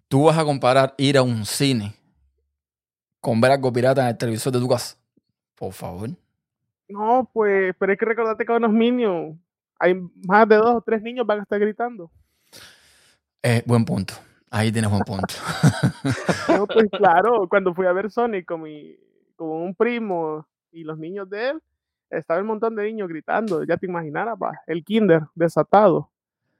¿Tú vas a comparar ir a un cine con ver algo pirata en el televisor de tu casa? Por favor. No, pues, pero hay que recordarte que unos niños, hay más de 2 o 3 niños van a estar gritando. Buen punto. Ahí tienes buen punto. No, pues claro, cuando fui a ver Sonic con un primo y los niños de él, estaba un montón de niños gritando, ya te imaginarás, pa, el kinder desatado.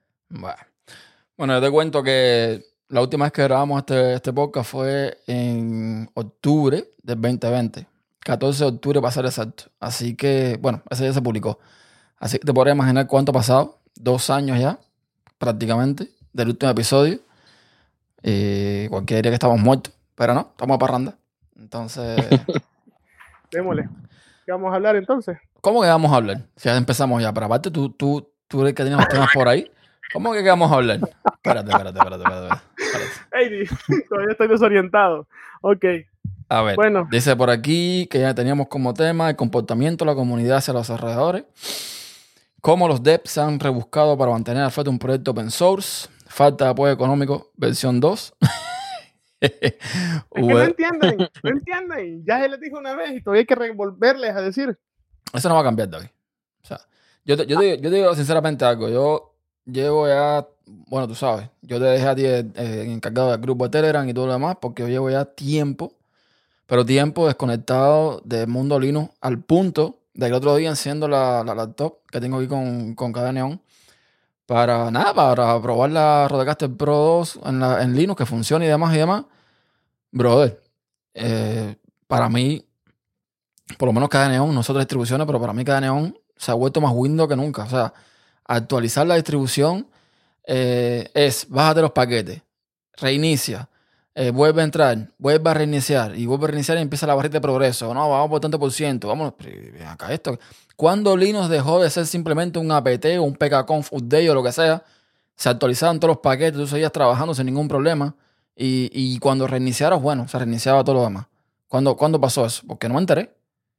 Bueno, yo te cuento que la última vez que grabamos este podcast fue en octubre del 2020. 14 de octubre para ser exacto. Así que, bueno, ese ya se publicó. Así que te podrás imaginar cuánto ha pasado. 2 años ya, prácticamente, del último episodio. Cualquiera diría que estamos muertos, pero no, estamos a parranda. Entonces, Démosle. ¿Qué vamos a hablar entonces? ¿cómo que vamos a hablar? Si ya empezamos ya, pero aparte tú eres que tienes los temas por ahí. ¿Cómo que vamos a hablar? Espérate. Hey, todavía estoy desorientado. Ok, A ver, bueno, dice por aquí que ya teníamos como tema el comportamiento de la comunidad hacia los alrededores, cómo los devs se han rebuscado para mantener al frente un proyecto open source, falta de apoyo económico, versión 2. es que no entienden, no entienden. Ya se les dije una vez y todavía hay que volverles a decir. Eso no va a cambiar, David. O sea, yo te digo sinceramente algo. Yo llevo ya, bueno, tú sabes, yo te dejé a ti encargado del grupo de Telegram y todo lo demás porque yo llevo ya tiempo, pero tiempo desconectado del mundo Linux al punto de que el otro día enciendo la laptop que tengo aquí con Cada Neón para nada, para probar la Rodecaster Pro 2 en Linux que funcione y demás y demás. Brother, eh, para mí, por lo menos Cada Neón, no es otra distribuciones, pero para mí Cada Neón se ha vuelto más Windows que nunca. O sea, actualizar la distribución es bájate los paquetes, reinicia, vuelve a entrar, vuelve a reiniciar y empieza la barrita de progreso. No, vamos por tanto por ciento. Vamos, ven acá esto. ¿Cuándo Linux dejó de ser simplemente un apt o un pkconf update o lo que sea? Se actualizaban todos los paquetes, tú seguías trabajando sin ningún problema. Y cuando reiniciaras, bueno, se reiniciaba todo lo demás. ¿Cuándo pasó eso? Porque no me enteré.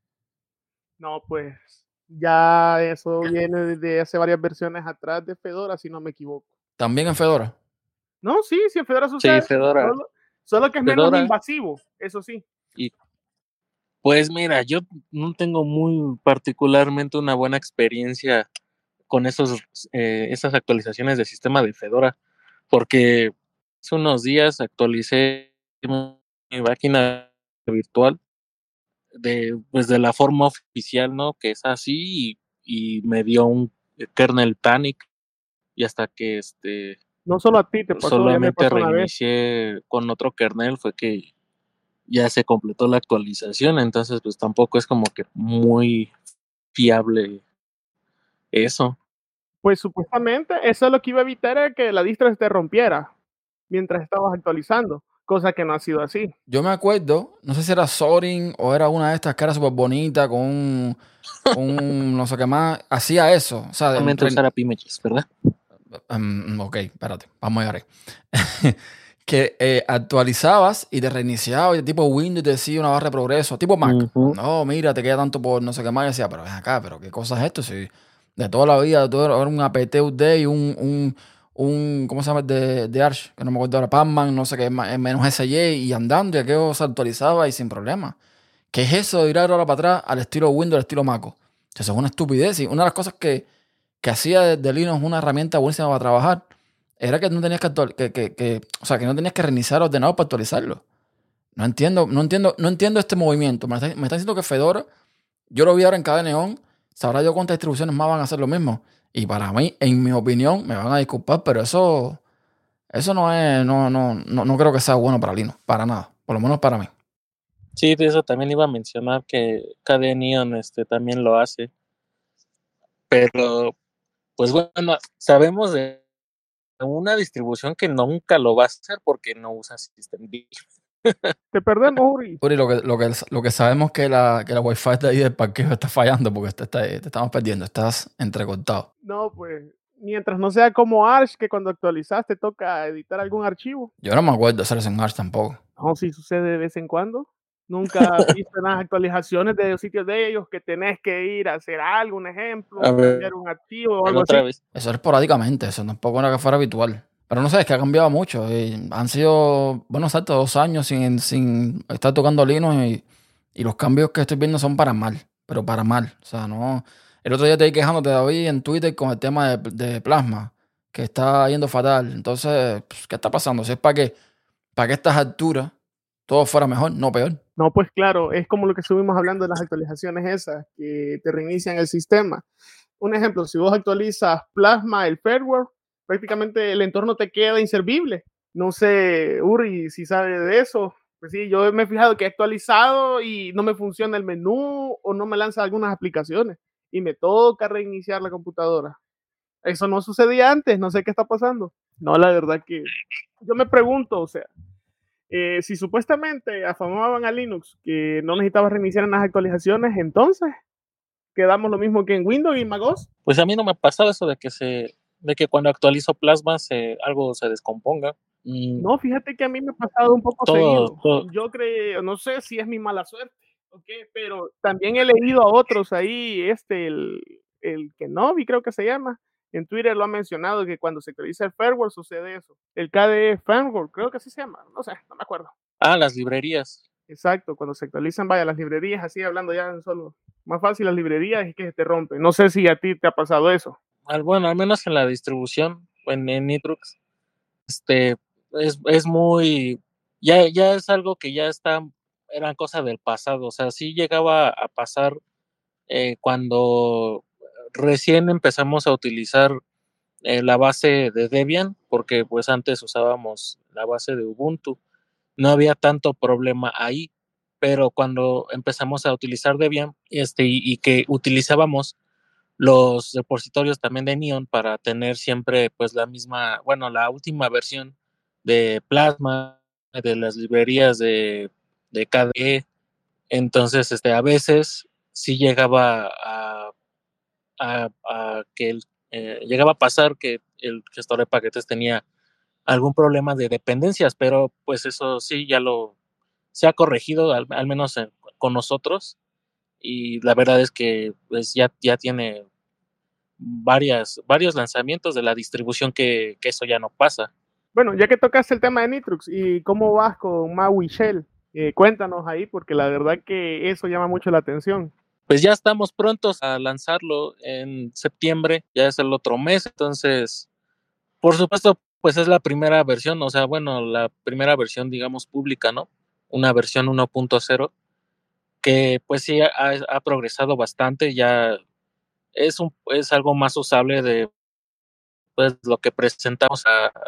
No, pues ya eso viene desde hace varias versiones atrás de Fedora, si no me equivoco. También en Fedora. No, sí, en Fedora Sí, sucede, Fedora. solo que es menos invasivo, eso sí. Y pues mira, yo no tengo muy particularmente una buena experiencia con esas actualizaciones del sistema de Fedora, porque hace unos días actualicé mi máquina virtual pues de la forma oficial, ¿no? Que es así y me dio un kernel panic y hasta que No solo a ti te pasó, ya me solamente pasó una vez. reinicié con otro kernel fue que ya se completó la actualización, entonces pues tampoco es como que muy fiable eso. Pues supuestamente eso es lo que iba a evitar era que la distro se te rompiera mientras estabas actualizando, cosa que no ha sido así. Yo me acuerdo, no sé si era Sorin o era una de estas que era súper bonita con un no sé qué más, hacía eso. O sea, Solamente usar API Images, ¿verdad? ok, espérate, vamos a llegar ahí. Que actualizabas y te reiniciaba y tipo Windows te decía una barra de progreso, tipo Mac. No, mira, te queda tanto por no sé qué más. Y decía, pero ven acá, pero qué cosa es esto. Si de toda la vida, todo era un apt update, ¿cómo se llama? De Arch, que no me acuerdo ahora, Pacman, no sé qué, menos SY y andando y aquello se actualizaba y sin problema. ¿Qué es eso de ir ahora para atrás al estilo Windows, al estilo Mac? Eso es una estupidez. Y una de las cosas que hacía de Linux una herramienta buenísima para trabajar era que no tenías o sea, que no tenías que reiniciar el ordenador para actualizarlo. No entiendo este movimiento. Me está diciendo que Fedora, yo lo vi ahora en Cada Neón, sabrá yo cuántas distribuciones más van a hacer lo mismo. Y para mí, en mi opinión, me van a disculpar, pero eso no creo que sea bueno para Linux, para nada, por lo menos para mí. Sí, de eso también iba a mencionar que KDE Neon también lo hace. Pero, pues bueno, sabemos de una distribución que nunca lo va a hacer porque no usa Systemd. Te perdemos, Uri. Uri, lo que sabemos que la Wi-Fi de ahí del parqueo está fallando porque te estamos perdiendo, estás entrecortado. No, pues mientras no sea como Arch, que cuando actualizaste toca editar algún archivo. Yo no me acuerdo de hacer eso en Arch tampoco. No, sí sucede de vez en cuando. Nunca viste las actualizaciones de los sitios de ellos que tenés que ir a hacer algo, un ejemplo, cambiar un archivo o algo así. Otra vez. Eso es esporádicamente, eso tampoco era que fuera habitual. Pero no sé, es que ha cambiado mucho. Han sido, bueno, exacto, 2 años sin estar tocando Linux y los cambios que estoy viendo son para mal, pero para mal. O sea, no. El otro día te vi quejándote, David, en Twitter con el tema de Plasma, que está yendo fatal. Entonces, pues, ¿qué está pasando? Si es para que a estas alturas todo fuera mejor, no peor. No, pues claro, es como lo que estuvimos hablando de las actualizaciones esas, que te reinician el sistema. Un ejemplo, si vos actualizas Plasma, el firmware, prácticamente el entorno te queda inservible. No sé, Uri, si sabe de eso. Pues sí, yo me he fijado que he actualizado y no me funciona el menú o no me lanza algunas aplicaciones y me toca reiniciar la computadora. Eso no sucedía antes, no sé qué está pasando. No, la verdad que yo me pregunto, o sea, si supuestamente afamaban a Linux que no necesitaba reiniciar en las actualizaciones, entonces quedamos lo mismo que en Windows y macOS. Pues a mí no me ha pasado eso de que cuando actualizo Plasma algo se descomponga. No, fíjate que a mí me ha pasado un poco Todo, seguido. todo. Yo creo, no sé si es mi mala suerte, ¿ok? Pero también he leído a otros ahí, el Kenobi creo que se llama, en Twitter lo ha mencionado que cuando se actualiza el firmware sucede eso. El KDE firmware, creo que así se llama, no sé, no me acuerdo. Las librerías. Exacto, cuando se actualizan, vaya, las librerías, así hablando ya en solo. Más fácil las librerías es que se te rompen. No sé si a ti te ha pasado eso. Bueno, al menos en la distribución, en Nitrux, es muy, ya es algo que era cosa del pasado. O sea, sí llegaba a pasar cuando recién empezamos a utilizar la base de Debian, porque pues antes usábamos la base de Ubuntu, no había tanto problema ahí, pero cuando empezamos a utilizar Debian, y que utilizábamos los repositorios también de Neon para tener siempre pues la última versión de Plasma, de las librerías de KDE, entonces a veces sí llegaba a que llegaba a pasar que el gestor de paquetes tenía algún problema de dependencias, pero pues eso sí se ha corregido al menos con nosotros, y la verdad es que pues ya tiene varios lanzamientos de la distribución que eso ya no pasa. Bueno, ya que tocaste el tema de Nitrux y cómo vas con Maui Shell, cuéntanos ahí porque la verdad que eso llama mucho la atención. Pues ya estamos prontos a lanzarlo en septiembre, ya es el otro mes, entonces, por supuesto, pues es la primera versión, o sea, bueno, la primera versión, digamos, pública, ¿no? Una versión 1.0 que pues sí ha progresado bastante, ya es algo más usable de pues lo que presentamos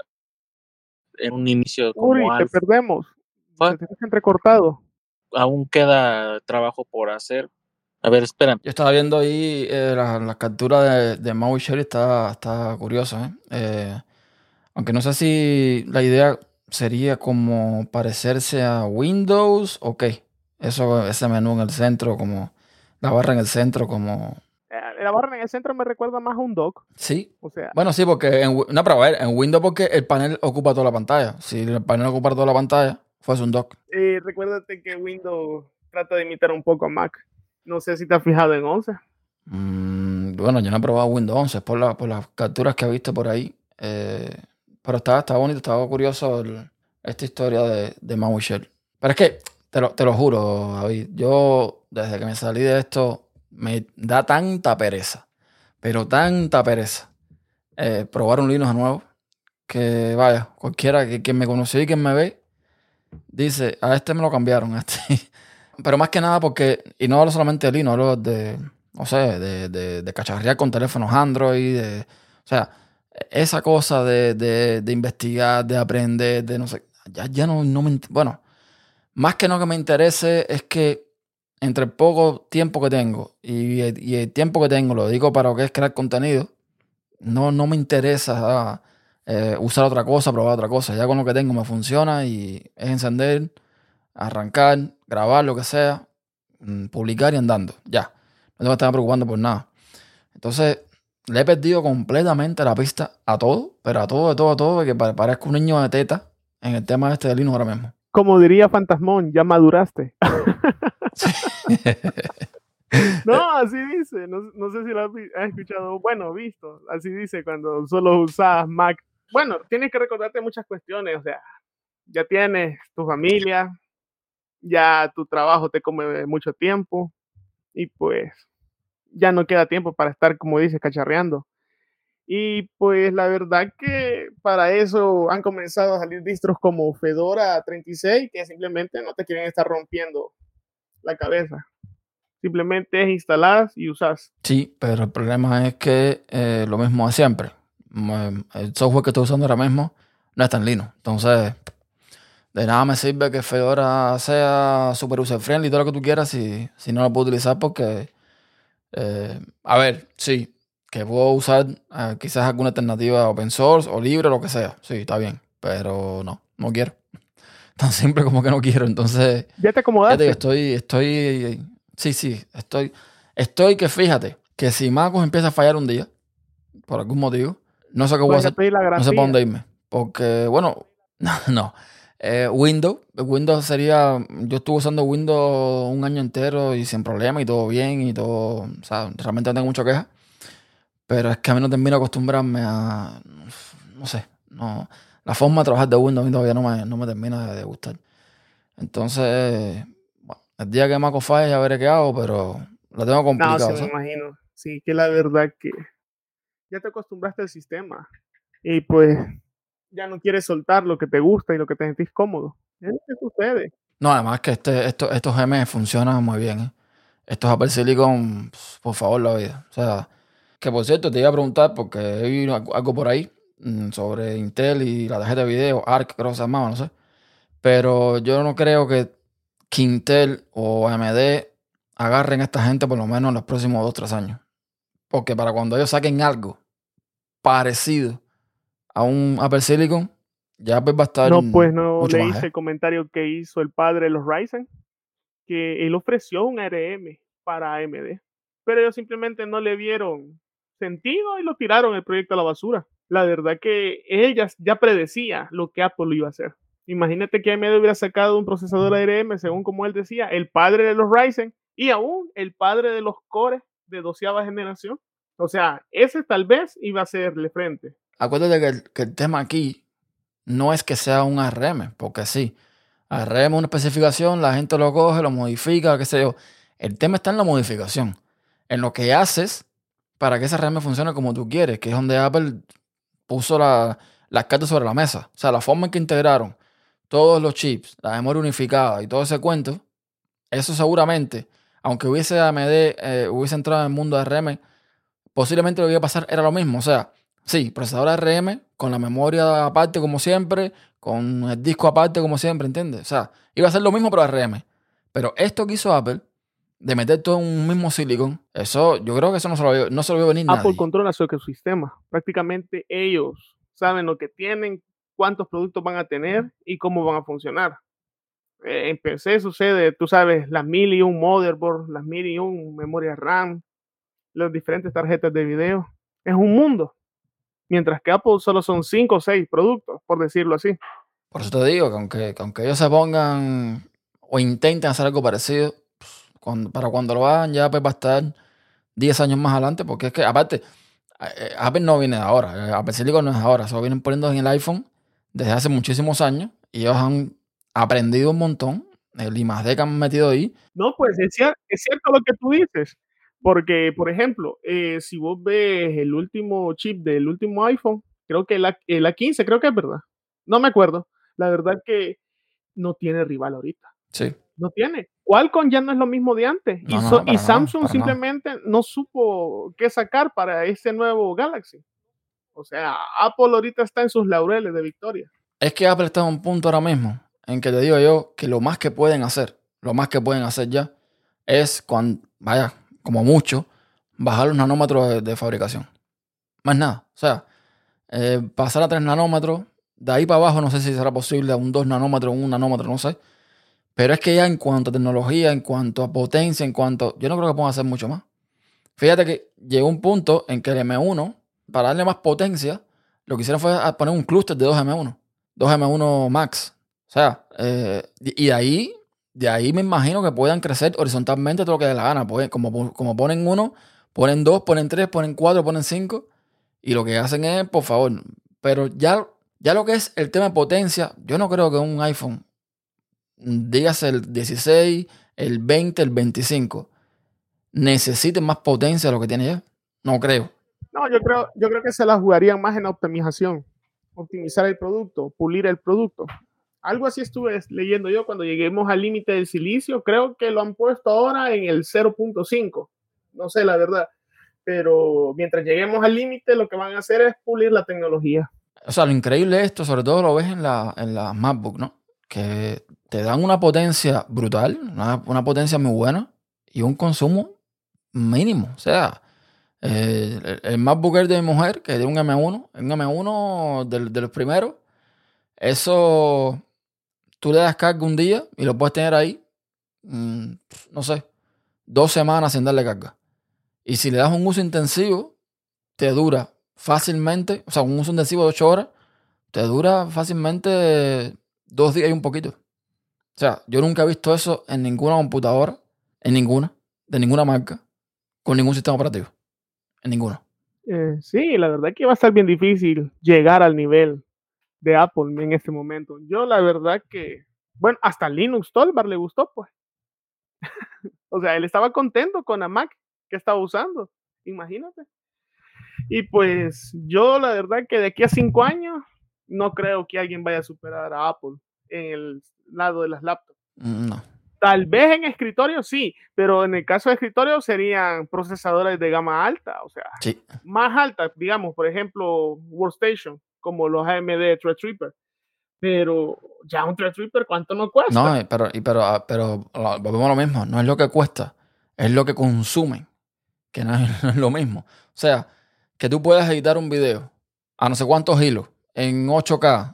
en un inicio como Uri, te alfa. perdemos. Se te escucha entrecortado. Aún queda trabajo por hacer. A ver, espera. Yo estaba viendo ahí las capturas de Maui Sherry, está curioso, ¿eh? Aunque no sé si la idea sería como parecerse a Windows o qué. Eso, ese menú en el centro, como la barra en el centro, como... La barra en el centro me recuerda más a un dock. Sí. O sea, Bueno, sí, porque no, pero a ver, en Windows porque el panel ocupa toda la pantalla. Si el panel ocupa toda la pantalla, fuese un dock. recuérdate que Windows trata de imitar un poco a Mac. No sé si te has fijado en 11. Bueno, yo no he probado Windows 11 por las capturas que he visto por ahí. Pero estaba bonito, estaba curioso esta historia de Maui Shell. Pero es que, te lo juro, David, yo desde que me salí de esto me da tanta pereza, pero tanta pereza probar un Linux nuevo que vaya, cualquiera que me conoció y que me ve, dice, a este me lo cambiaron, a este. Pero más que nada porque, y no hablo solamente de Linux, hablo no sé, de cacharrear con teléfonos Android, o sea, esa cosa de investigar, de aprender, de no sé, ya no me, bueno, más que no que me interese es que entre el poco tiempo que tengo y el tiempo que tengo lo dedico para lo que es crear contenido, no me interesa usar otra cosa, probar otra cosa, ya con lo que tengo me funciona y es encender, arrancar, grabar, lo que sea, publicar y andando, ya, no me estaba preocupando por nada. Entonces, le he perdido completamente la pista a todo, pero a todo, a todo, que parezco un niño de teta en el tema este de Linux ahora mismo. Como diría Fantasmón, ya maduraste. No, así dice. No sé si lo has escuchado. Bueno, visto. Así dice cuando solo usas Mac. bueno, tienes que recordarte muchas cuestiones, o sea, ya tienes tu familia, ya tu trabajo te come mucho tiempo y pues ya no queda tiempo para estar, como dices, cacharreando. Y pues la verdad que para eso han comenzado a salir distros como Fedora 36, que simplemente no te quieren estar rompiendo la cabeza. Simplemente es instalas y usas. Sí, pero el problema es que lo mismo de siempre. El software que estoy usando ahora mismo no está en Linux. Entonces, de nada me sirve que Fedora sea super user friendly y todo lo que tú quieras si no lo puedo utilizar porque, a ver, sí, que puedo usar quizás alguna alternativa open source o libre o lo que sea. Sí, está bien, pero no quiero. Tan simple como que no quiero. Entonces, Ya te ya te digo, acomodaste. estoy que fíjate que si MacOS empieza a fallar un día, por algún motivo, no sé qué voy a Vas a ir a hacer, pedir la no sé para garantía. dónde irme, porque, bueno, no. Windows sería, yo estuve usando Windows un año entero y sin problema y todo bien y todo, o sea, realmente no tengo mucha queja, pero es que a mí no termino de acostumbrarme a, no sé, no, la forma de trabajar de Windows a mí todavía no me termina de gustar. Entonces, bueno, el día que MacOS falle ya veré qué hago, pero lo tengo No, sí complicado, me ¿sabes? imagino. Sí, que la verdad que ya te acostumbraste al sistema y pues ya no quieres soltar lo que te gusta y lo que te sentís cómodo. Es lo que sucede. No, además que estos GM funcionan muy bien, ¿eh? Estos Apple Silicon, por favor, la vida. O sea, que por cierto, te iba a preguntar, porque he visto algo por ahí sobre Intel y la tarjeta de video, ARC, creo que se llamaba, no sé. Pero yo no creo que Intel o AMD agarren a esta gente por lo menos en los próximos 2 o 3 años. Porque para cuando ellos saquen algo parecido a un Apple Silicon, ya Apple va a estar No, pues no mucho leíste más, el comentario que hizo el padre de los Ryzen, que él ofreció un ARM para AMD, pero ellos simplemente no le vieron sentido y lo tiraron el proyecto a la basura. La verdad que él ya predecía lo que Apple iba a hacer. Imagínate que AMD hubiera sacado un procesador ARM, según como él decía, el padre de los Ryzen y aún el padre de los cores de 12ª generación. O sea, ese tal vez iba a serle frente. Acuérdate que el tema aquí no es que sea un ARM, porque sí, ARM es una especificación, la gente lo coge, lo modifica, qué sé yo. El tema está en la modificación, en lo que haces para que ese ARM funcione como tú quieres, que es donde Apple puso las cartas sobre la mesa. O sea, la forma en que integraron todos los chips, la memoria unificada y todo ese cuento, eso seguramente, aunque hubiese AMD, hubiese entrado en el mundo de ARM, posiblemente lo que iba a pasar era lo mismo. O sea, sí, procesador ARM con la memoria aparte como siempre, con el disco aparte como siempre, ¿entiendes? O sea, iba a ser lo mismo pero ARM. Pero esto que hizo Apple, de meter todo en un mismo silicon, eso, yo creo que eso no se lo vio venir Apple nadie. controla su ecosistema. Prácticamente ellos saben lo que tienen, cuántos productos van a tener y cómo van a funcionar. En PC sucede, tú sabes, las 1001 motherboard, las 1001 memorias RAM, las diferentes tarjetas de video. Es un mundo. Mientras que Apple solo son 5 o 6 productos, por decirlo así. Por eso te digo que aunque ellos se pongan o intenten hacer algo parecido, para cuando lo hagan ya pues va a estar 10 años más adelante, porque es que aparte, Apple no viene de ahora, Apple Silicon no es ahora, se lo vienen poniendo en el iPhone desde hace muchísimos años y ellos han aprendido un montón, el I+D que han metido ahí. No, pues es cierto lo que tú dices. Porque, por ejemplo, si vos ves el último chip del último iPhone, creo que el A15, creo que es verdad. No me acuerdo. La verdad que no tiene rival ahorita. Sí, No tiene. Qualcomm ya no es lo mismo de antes. no, no, Y para nada, Samsung para nada. simplemente no supo qué sacar para este nuevo Galaxy. O sea, Apple ahorita está en sus laureles de victoria. Es que Apple está en un punto ahora mismo en que te digo yo que lo más que pueden hacer ya, es, vaya, como mucho, bajar los nanómetros de fabricación. Más nada. O sea, pasar a 3 nanómetros, de ahí para abajo no sé si será posible a un 2 nanómetros, un nanómetro, no sé. Pero es que ya en cuanto a tecnología, en cuanto a potencia, yo no creo que puedan hacer mucho más. Fíjate que llegó un punto en que el M1, para darle más potencia, lo que hicieron fue poner un clúster de 2M1, 2M1 Max. O sea, y de ahí me imagino que puedan crecer horizontalmente todo lo que dé la gana. Pues, como ponen uno, ponen dos, ponen tres, ponen cuatro, ponen cinco. Y lo que hacen es, por favor, Pero ya lo que es el tema de potencia, yo no creo que un iPhone, dígase el 16, el 20, el 25, necesite más potencia de lo que tiene ya. No creo. No, yo creo que se la jugarían más en la optimización, optimizar el producto, pulir el producto. Algo así estuve leyendo yo cuando lleguemos al límite del silicio. Creo que lo han puesto ahora en el 0.5. No sé la verdad. Pero mientras lleguemos al límite, lo que van a hacer es pulir la tecnología. O sea, lo increíble de esto, sobre todo lo ves en la MacBook, ¿no? Que te dan una potencia brutal, una potencia muy buena y un consumo mínimo. O sea, el MacBook Air de mi mujer, que tiene un M1 de los primeros, eso tú le das carga un día y lo puedes tener ahí, no sé, 2 semanas sin darle carga. Y si le das un uso intensivo, te dura fácilmente, o sea, un uso intensivo de 8 horas, te dura fácilmente 2 días y un poquito. O sea, yo nunca he visto eso en ninguna computadora, de ninguna marca, con ningún sistema operativo. En ninguno. Sí, la verdad que va a estar bien difícil llegar al nivel de Apple en este momento. Yo la verdad que, bueno, hasta Linux Torvald le gustó, pues. O sea, él estaba contento con la Mac que estaba usando, imagínate. Y pues yo la verdad que de aquí a 5 años no creo que alguien vaya a superar a Apple en el lado de las laptops. No. Tal vez en escritorio sí, pero en el caso de escritorio serían procesadores de gama alta, o sea, Sí. más alta, digamos, por ejemplo, Workstation, como los AMD Threadripper. Pero ya un Threadripper, ¿cuánto nos cuesta? No, pero volvemos a lo mismo. No es lo que cuesta, es lo que consumen, que no es lo mismo. O sea, que tú puedas editar un video a no sé cuántos hilos en 8K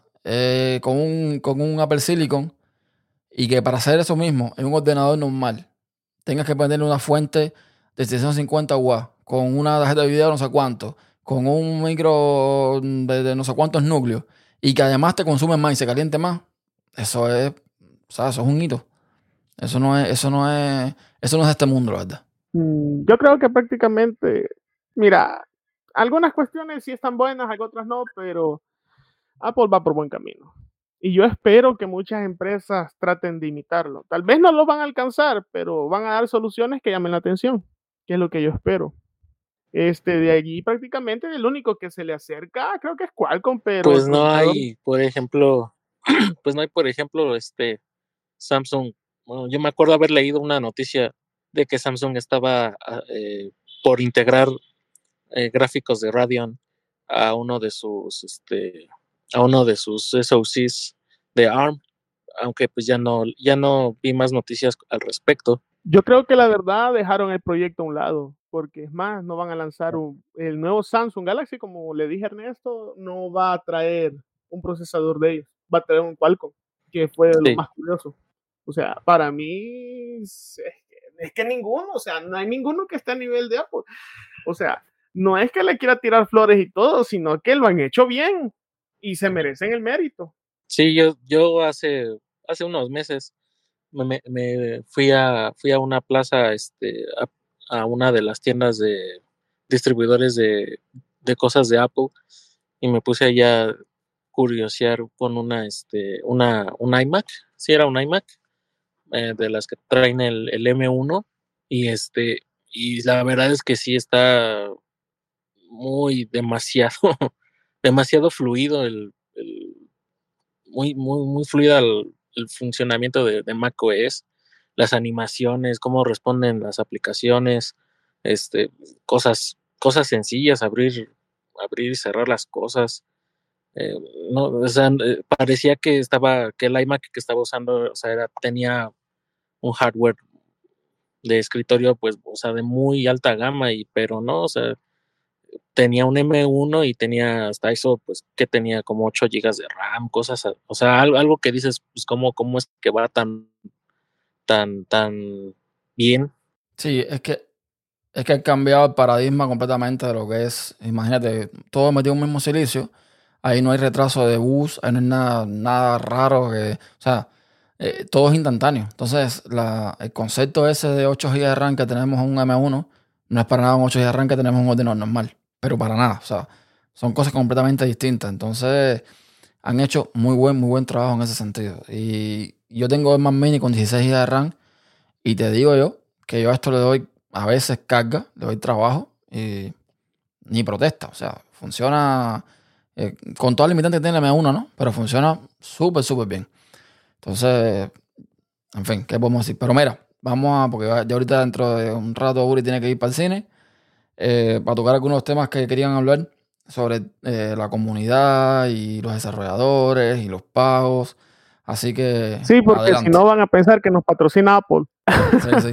con un Apple Silicon y que para hacer eso mismo en un ordenador normal tengas que ponerle una fuente de 650 watts con una tarjeta de video no sé cuánto, con un micro de no sé cuántos núcleos y que además te consume más y se caliente más, eso es, o sea, eso es un hito. Eso no es de este mundo, la verdad. Yo creo que prácticamente, mira, algunas cuestiones sí están buenas, otras no, pero Apple va por buen camino. Y yo espero que muchas empresas traten de imitarlo. Tal vez no lo van a alcanzar, pero van a dar soluciones que llamen la atención, que es lo que yo espero. De allí prácticamente el único que se le acerca, creo que es Qualcomm, pero pues no hay, por ejemplo, Samsung. Bueno, yo me acuerdo haber leído una noticia de que Samsung estaba por integrar gráficos de Radeon a uno de sus SoCs de ARM, aunque pues ya no vi más noticias al respecto. Yo creo que la verdad dejaron el proyecto a un lado, porque es más, no van a lanzar el nuevo Samsung Galaxy, como le dije a Ernesto, no va a traer un procesador de ellos, va a traer un Qualcomm, que fue lo más curioso. O sea, para mí es que ninguno, o sea, no hay ninguno que esté a nivel de Apple. O sea, no es que le quiera tirar flores y todo, sino que lo han hecho bien y se merecen el mérito. Sí, yo hace unos meses me fui a una plaza, a una de las tiendas de distribuidores de cosas de Apple y me puse allá a curiosear con un iMac, sí era un iMac, de las que traen el M1 y y la verdad es que sí está demasiado fluido muy fluida el funcionamiento de macOS, las animaciones, cómo responden las aplicaciones, cosas sencillas, abrir y cerrar las cosas. No, o sea, parecía que el iMac que estaba usando, o sea, tenía un hardware de escritorio, pues, o sea, de muy alta gama, pero no, o sea, tenía un M1 y tenía hasta eso, pues, que tenía como 8 gigas de RAM, cosas, o sea, algo que dices, pues, ¿cómo es que va tan bien? Sí, es que ha cambiado el paradigma completamente de lo que es, imagínate, todo metido en un mismo silicio, ahí no hay retraso de bus, ahí no hay nada raro, o sea, todo es instantáneo. Entonces, el concepto ese de 8 GB de RAM que tenemos en un M1 no es para nada un 8 GB de RAM que tenemos en un ordenador normal, pero para nada. O sea, Son cosas completamente distintas. Entonces, han hecho muy buen trabajo en ese sentido. Y yo tengo el Mac Mini con 16 GB de RAM y te digo yo que yo a esto le doy a veces carga, le doy trabajo y ni protesta. O sea, funciona con todas las limitantes que tiene la M1, ¿no? Pero funciona súper bien. Entonces, en fin, ¿qué podemos decir? Pero mira, porque ya ahorita dentro de un rato Uri tiene que ir para el cine, para tocar algunos temas que querían hablar sobre la comunidad y los desarrolladores y los pagos. Así que, Sí, porque si adelante. no van a pensar que nos patrocina Apple. Sí.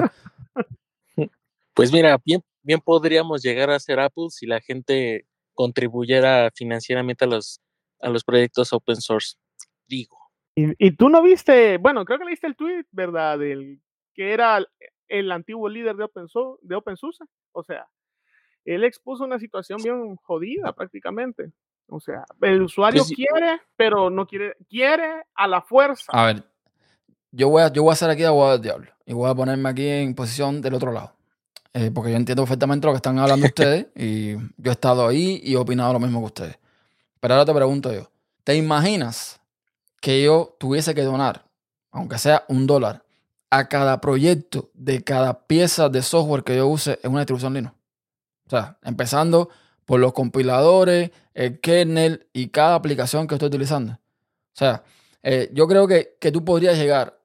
Pues mira, bien podríamos llegar a ser Apple si la gente contribuyera financieramente a los proyectos open source. Digo. Y tú no viste, bueno, creo que leíste el tweet, ¿verdad? Del que era el antiguo líder de OpenSUSE. O sea, él expuso una situación bien jodida prácticamente. O sea, el usuario Pues, quiere, pero no quiere a la fuerza. A ver, yo voy a hacer aquí abogado del diablo y voy a ponerme aquí en posición del otro lado. Porque yo entiendo perfectamente lo que están hablando ustedes y yo he estado ahí y he opinado lo mismo que ustedes. Pero ahora te pregunto yo, ¿te imaginas que yo tuviese que donar, aunque sea $1, a cada proyecto de cada pieza de software que yo use en una distribución Linux? O sea, empezando por los compiladores, el kernel y cada aplicación que estoy utilizando. O sea, yo creo que tú podrías llegar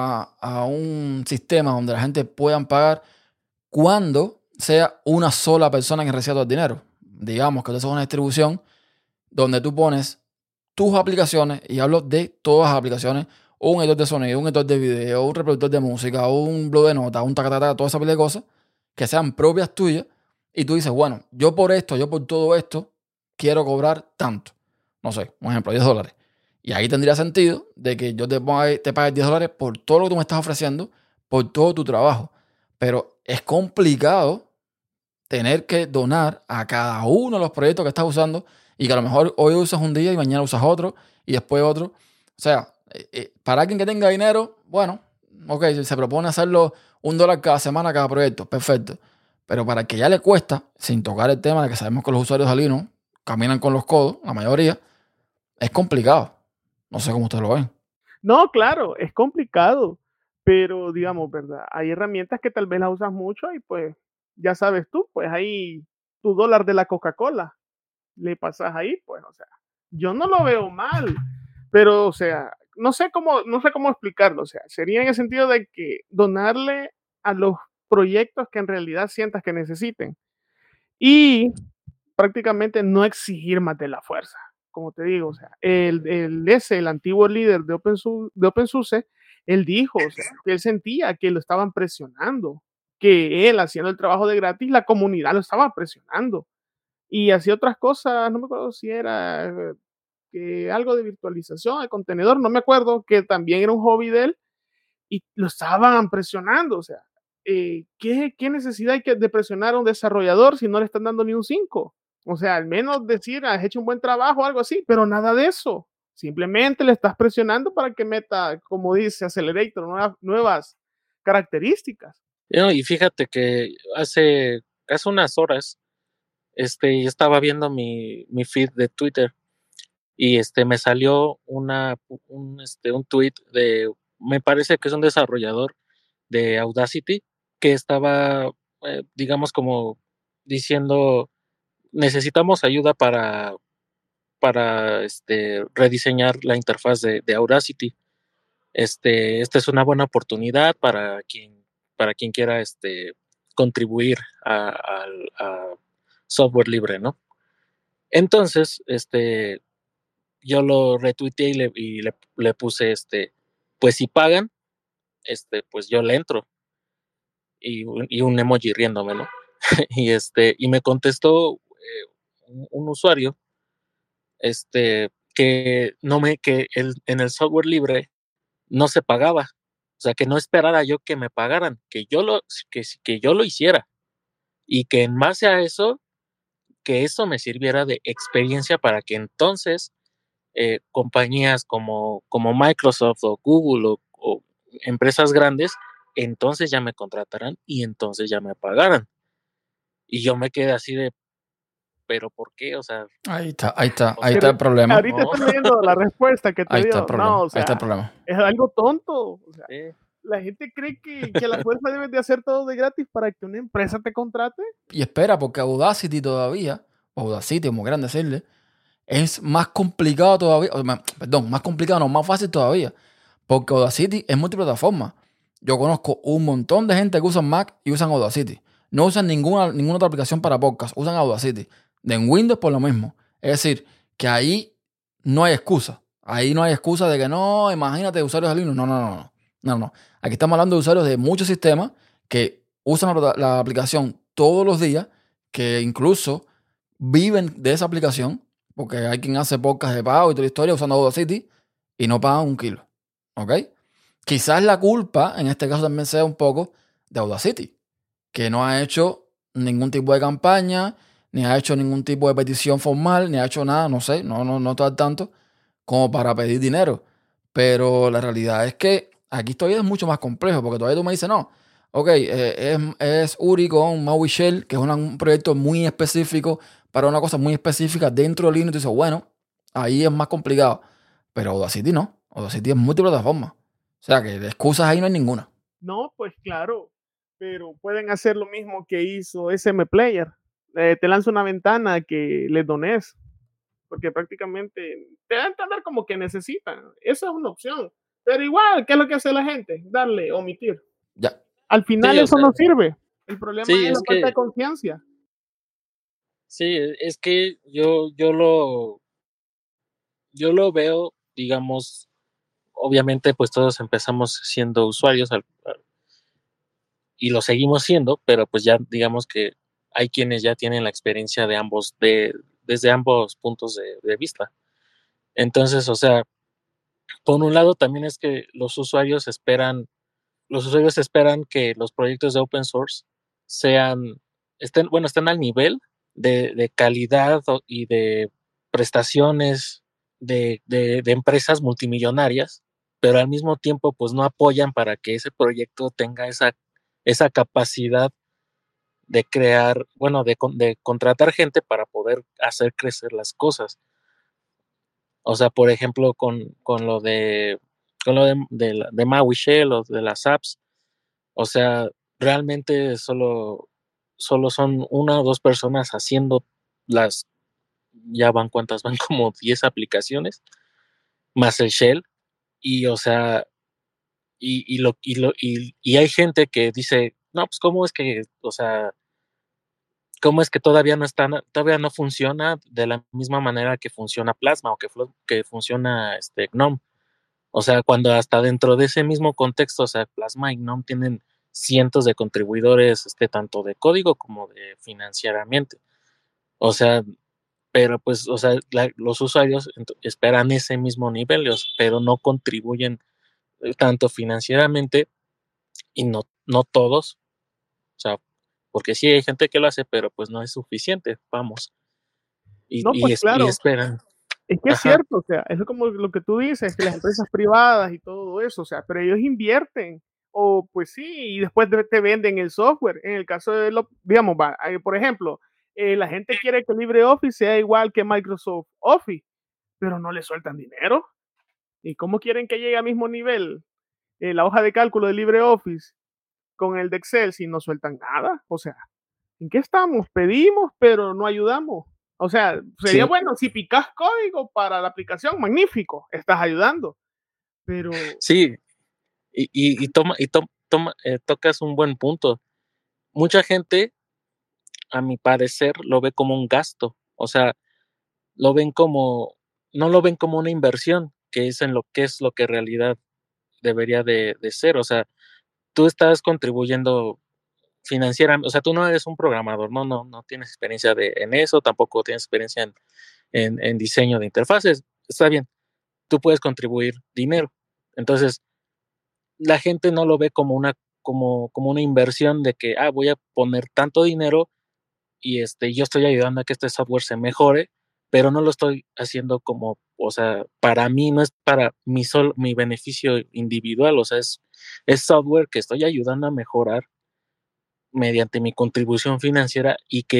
a un sistema donde la gente pueda pagar cuando sea una sola persona que reciba todo el dinero. Digamos que eso es una distribución donde tú pones tus aplicaciones, y hablo de todas las aplicaciones, un editor de sonido, un editor de video, un reproductor de música, un blog de notas, un tacatata, toda esa pila de cosas que sean propias tuyas, y tú dices, bueno, yo por todo esto, quiero cobrar tanto. No sé, un ejemplo, $10. Y ahí tendría sentido de que yo te pague $10 por todo lo que tú me estás ofreciendo, por todo tu trabajo. Pero es complicado tener que donar a cada uno de los proyectos que estás usando y que a lo mejor hoy usas un día y mañana usas otro y después otro. O sea, para alguien que tenga dinero, bueno, ok, si se propone hacerlo $1 cada semana cada proyecto, perfecto. Pero para el que ya le cuesta, sin tocar el tema de que sabemos que los usuarios de Linux caminan con los codos, la mayoría, es complicado. No sé cómo ustedes lo ven. No, claro, es complicado, pero digamos, ¿verdad? Hay herramientas que tal vez las usas mucho y pues ya sabes tú, pues ahí tu dólar de la Coca-Cola le pasas ahí, pues, o sea, yo no lo veo mal, pero, o sea, no sé cómo explicarlo, o sea, sería en el sentido de que donarle a los proyectos que en realidad sientas que necesiten y prácticamente no exigir más de la fuerza. Como te digo, o sea, el antiguo líder de OpenSUSE, él dijo, o sea, que él sentía que lo estaban presionando, que él haciendo el trabajo de gratis, la comunidad lo estaba presionando y hacía otras cosas, no me acuerdo si era que algo de virtualización de contenedor, no me acuerdo, que también era un hobby de él y lo estaban presionando, o sea, ¿qué necesidad hay de presionar a un desarrollador si no le están dando ni un 5? O sea, al menos decir, has hecho un buen trabajo o algo así, pero nada de eso. Simplemente le estás presionando para que meta, como dice Accelerator, nuevas características. no, y fíjate que hace unas horas yo estaba viendo mi feed de Twitter y me salió un tweet me parece que es un desarrollador de Audacity que estaba, digamos, como diciendo, necesitamos ayuda para rediseñar la interfaz de Audacity. Esta es una buena oportunidad para quien quiera contribuir a software libre, ¿no? Entonces, yo lo retuiteé le puse, pues si pagan, pues yo le entro. Y un emoji riéndome, ¿no? y me contestó un usuario, que en el software libre no se pagaba. O sea, que no esperara yo que me pagaran, que yo lo hiciera. Y que en base a eso, que eso me sirviera de experiencia para que entonces compañías como Microsoft o Google o empresas grandes, entonces ya me contratarán y entonces ya me pagaran. Y yo me quedé así de, pero ¿por qué? O sea, Ahí está Pero el problema. ahorita No. estás leyendo la respuesta que te Ahí está dio. el problema. No, o Ahí está sea, el problema. es algo tonto. O sea, sí. la gente cree que la fuerza debe de hacer todo de gratis para que una empresa te contrate. Y espera, porque Audacity todavía, o Audacity, como quieran decirle, es más complicado todavía. Perdón, más complicado, no, más fácil todavía. Porque Audacity es multiplataforma. Yo conozco un montón de gente que usan Mac y usan Audacity. No usan ninguna otra aplicación para podcast, usan Audacity. En Windows por lo mismo. Es decir, que ahí no hay excusa. Ahí no hay excusa de que no, imagínate usuarios de Linux. No. Aquí estamos hablando de usuarios de muchos sistemas que usan la aplicación todos los días, que incluso viven de esa aplicación, porque hay quien hace podcast de pago y toda la historia usando Audacity y no pagan un kilo. ¿Ok? Quizás la culpa en este caso también sea un poco de Audacity, que no ha hecho ningún tipo de campaña, ni ha hecho ningún tipo de petición formal, ni ha hecho nada, no sé, no estoy al tanto, como para pedir dinero. Pero la realidad es que aquí todavía es mucho más complejo, porque todavía tú me dices, no, ok, es Uri con Maui Shell, que es un proyecto muy específico para una cosa muy específica dentro de Linux. Y tú dices, bueno, ahí es más complicado. Pero Audacity no, Audacity es multiplataforma. O sea que de excusas ahí no hay ninguna. No, pues claro, pero pueden hacer lo mismo que hizo SM Player. Te lanza una ventana que les dones, porque prácticamente te da a entender como que necesitan. Esa es una opción. Pero igual, ¿qué es lo que hace la gente? Darle, omitir. Ya. Al final Sí, o eso sea, no sirve. El problema sí, es la es falta de que, conciencia. sí, es que yo lo veo, digamos, obviamente pues todos empezamos siendo usuarios y lo seguimos siendo, pero pues ya digamos que hay quienes ya tienen la experiencia de desde ambos puntos de vista. Entonces, o sea, por un lado también es que los usuarios esperan que los proyectos de open source estén al nivel de calidad y de prestaciones de empresas multimillonarias, pero al mismo tiempo pues no apoyan para que ese proyecto tenga esa capacidad de crear, bueno, de contratar gente para poder hacer crecer las cosas. O sea, por ejemplo, con lo de Maui Shell o de las apps, o sea, realmente solo son una o dos personas haciendo ya van cuántas, van como 10 aplicaciones, más el Shell, y o sea, y hay gente que dice, no, pues cómo es que, o sea, cómo es que todavía no funciona de la misma manera que funciona Plasma o que funciona GNOME. O sea, cuando hasta dentro de ese mismo contexto, o sea, Plasma y GNOME tienen cientos de contribuidores, tanto de código como de financieramente. O sea, pero pues, o sea, los usuarios esperan ese mismo nivel, pero no contribuyen tanto financieramente y no todos. O sea, porque sí hay gente que lo hace, pero pues no es suficiente, vamos. No, pues Y claro. esperan. Es que es Ajá. cierto, o sea, eso es como lo que tú dices, que las empresas privadas y todo eso, o sea, pero ellos invierten, o pues sí, y después te venden el software. En el caso de, digamos, por ejemplo, la gente quiere que LibreOffice sea igual que Microsoft Office, pero no le sueltan dinero. ¿Y cómo quieren que llegue al mismo nivel la hoja de cálculo de LibreOffice con el de Excel si no sueltan nada? O sea, ¿en qué estamos? Pedimos, pero no ayudamos. O sea, sería Sí, bueno si picas código para la aplicación, magnífico, estás ayudando. Pero sí, tocas un buen punto. Mucha gente, a mi parecer, lo ve como un gasto. O sea, lo ven como, no lo ven como una inversión, que es lo que en realidad debería de ser. O sea, tú estás contribuyendo financieramente, o sea, tú no eres un programador, no tienes experiencia en eso, tampoco tienes experiencia en diseño de interfaces. Está bien, tú puedes contribuir dinero. Entonces, la gente no lo ve como una inversión de que, voy a poner tanto dinero y yo estoy ayudando a que este software se mejore, pero no lo estoy haciendo como, o sea, para mí no es para mi beneficio individual, o sea, es software que estoy ayudando a mejorar mediante mi contribución financiera y que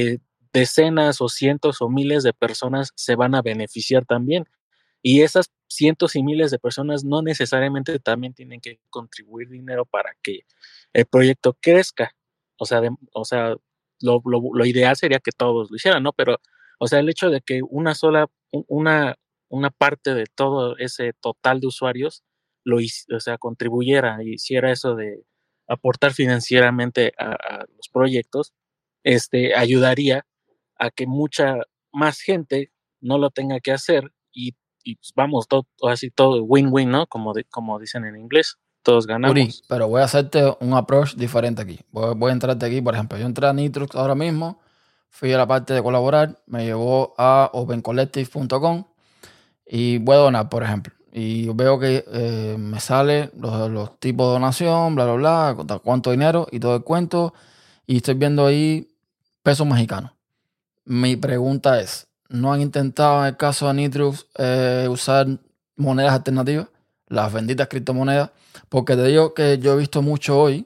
decenas o cientos o miles de personas se van a beneficiar también. Y esas cientos y miles de personas no necesariamente también tienen que contribuir dinero para que el proyecto crezca. O sea, lo ideal sería que todos lo hicieran, ¿no? Pero, o sea, el hecho de que una parte de todo ese total de usuarios o sea, contribuyera y hiciera eso de aportar financieramente a los proyectos, ayudaría a que mucha más gente no lo tenga que hacer y pues vamos, así todo win-win, ¿no? Como dicen en inglés, todos Uri, ganamos. pero voy a hacerte un approach diferente aquí. Voy a entrarte aquí, por ejemplo, yo entré a Nitrux ahora mismo, fui a la parte de colaborar, me llevó a opencollective.com y voy a donar, por ejemplo. Y veo que me sale los tipos de donación, bla, bla, bla, cuánto dinero y todo el cuento. Y estoy viendo ahí pesos mexicanos. Mi pregunta es, ¿no han intentado en el caso de Nitrux usar monedas alternativas? Las benditas criptomonedas. Porque te digo que yo he visto mucho hoy.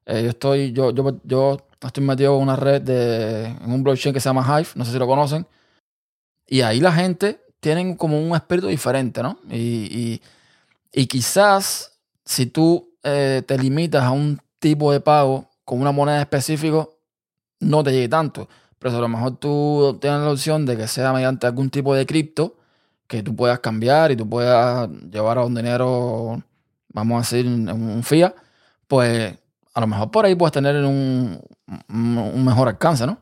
Yo estoy metido en una red en un blockchain que se llama Hive, no sé si lo conocen. Y ahí la gente tiene como un espíritu diferente, ¿no? Y quizás si tú te limitas a un tipo de pago con una moneda específica, no te llegue tanto. Pero si a lo mejor tú tienes la opción de que sea mediante algún tipo de cripto que tú puedas cambiar y tú puedas llevar a un dinero, vamos a decir, en un fiat, pues a lo mejor por ahí puedes tener un mejor alcance, ¿no?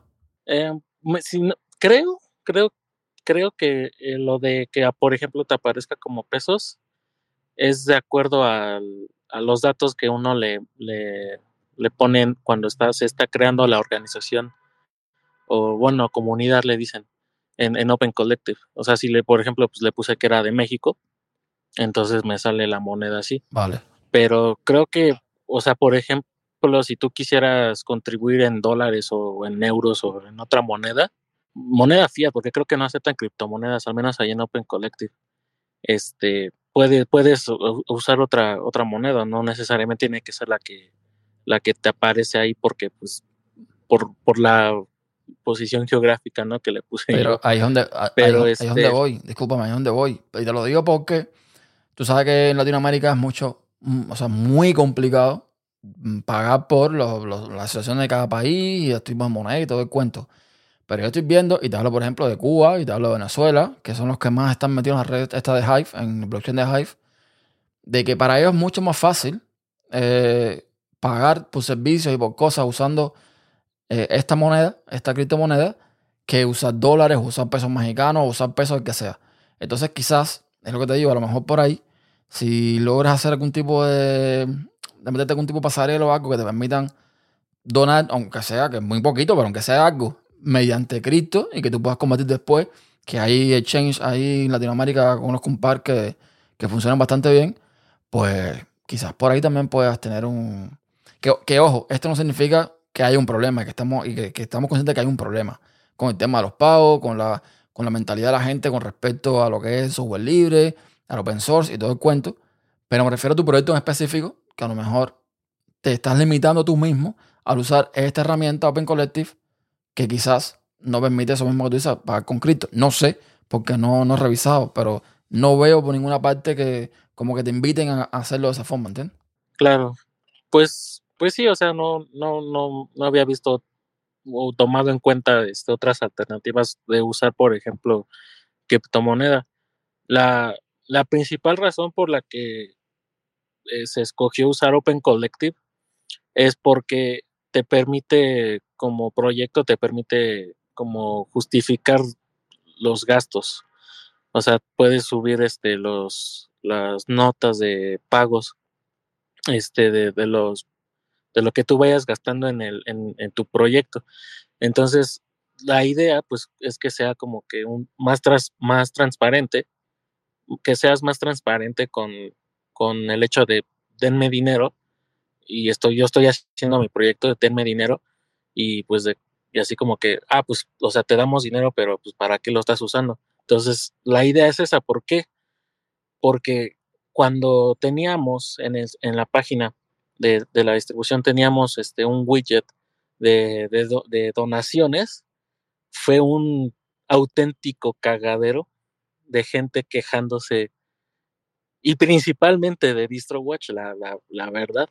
Creo que lo de que, por ejemplo, te aparezca como pesos es de acuerdo a los datos que uno le ponen cuando se está creando la organización o, bueno, comunidad le dicen en Open Collective. O sea, si por ejemplo, pues le puse que era de México, entonces me sale la moneda así. Vale. Pero creo que, o sea, por ejemplo, si tú quisieras contribuir en dólares o en euros o en otra moneda fiat, porque creo que no aceptan criptomonedas, al menos ahí en Open Collective, puedes usar otra moneda, no necesariamente tiene que ser la que te aparece ahí porque, pues, por la posición geográfica, ¿no? Que le puse Pero yo. ahí es donde, Pero ahí es donde voy. Discúlpame, ahí es donde voy. Y te lo digo porque tú sabes que en Latinoamérica es mucho, o sea, muy complicado pagar por la situación de cada país y los tipos de moneda y todo el cuento. Pero yo estoy viendo, y te hablo, por ejemplo, de Cuba y te hablo de Venezuela, que son los que más están metidos en la red esta de Hive, en el blockchain de Hive, de que para ellos es mucho más fácil pagar por servicios y por cosas usando esta moneda, esta criptomoneda, que usar dólares, usar pesos mexicanos, usar pesos, el que sea. Entonces, quizás, es lo que te digo, a lo mejor por ahí, si logras hacer algún tipo de meterte algún tipo de pasarelo o algo que te permitan donar, aunque sea, que es muy poquito, pero aunque sea algo, mediante cripto y que tú puedas combatir después, que hay exchange ahí en Latinoamérica con unos compar que funcionan bastante bien, pues quizás por ahí también puedas tener que ojo, esto no significa que haya un problema, que estamos conscientes de que hay un problema con el tema de los pagos, con la mentalidad de la gente con respecto a lo que es software libre, al open source y todo el cuento. Pero me refiero a tu proyecto en específico, que a lo mejor te estás limitando tú mismo al usar esta herramienta Open Collective, que quizás no permite eso mismo que tú dices, pagar con cripto. No sé, porque no he revisado, pero no veo por ninguna parte que como que te inviten a hacerlo de esa forma, ¿entiendes? claro, pues sí, o sea, no había visto o tomado en cuenta otras alternativas de usar, por ejemplo, criptomoneda. La principal razón por la que se escogió usar Open Collective es porque te permite, como proyecto, te permite como justificar los gastos. O sea, puedes subir las notas de pagos de lo que tú vayas gastando en tu proyecto. Entonces, la idea pues es que sea como que más transparente, que seas más transparente con el hecho de denme dinero y yo estoy haciendo mi proyecto de denme dinero y pues y así como que, pues, o sea, te damos dinero, pero pues ¿para qué lo estás usando? Entonces, la idea es esa, ¿por qué? Porque cuando teníamos en la página de la distribución, teníamos un widget de donaciones, fue un auténtico cagadero de gente quejándose, y principalmente de DistroWatch, la verdad.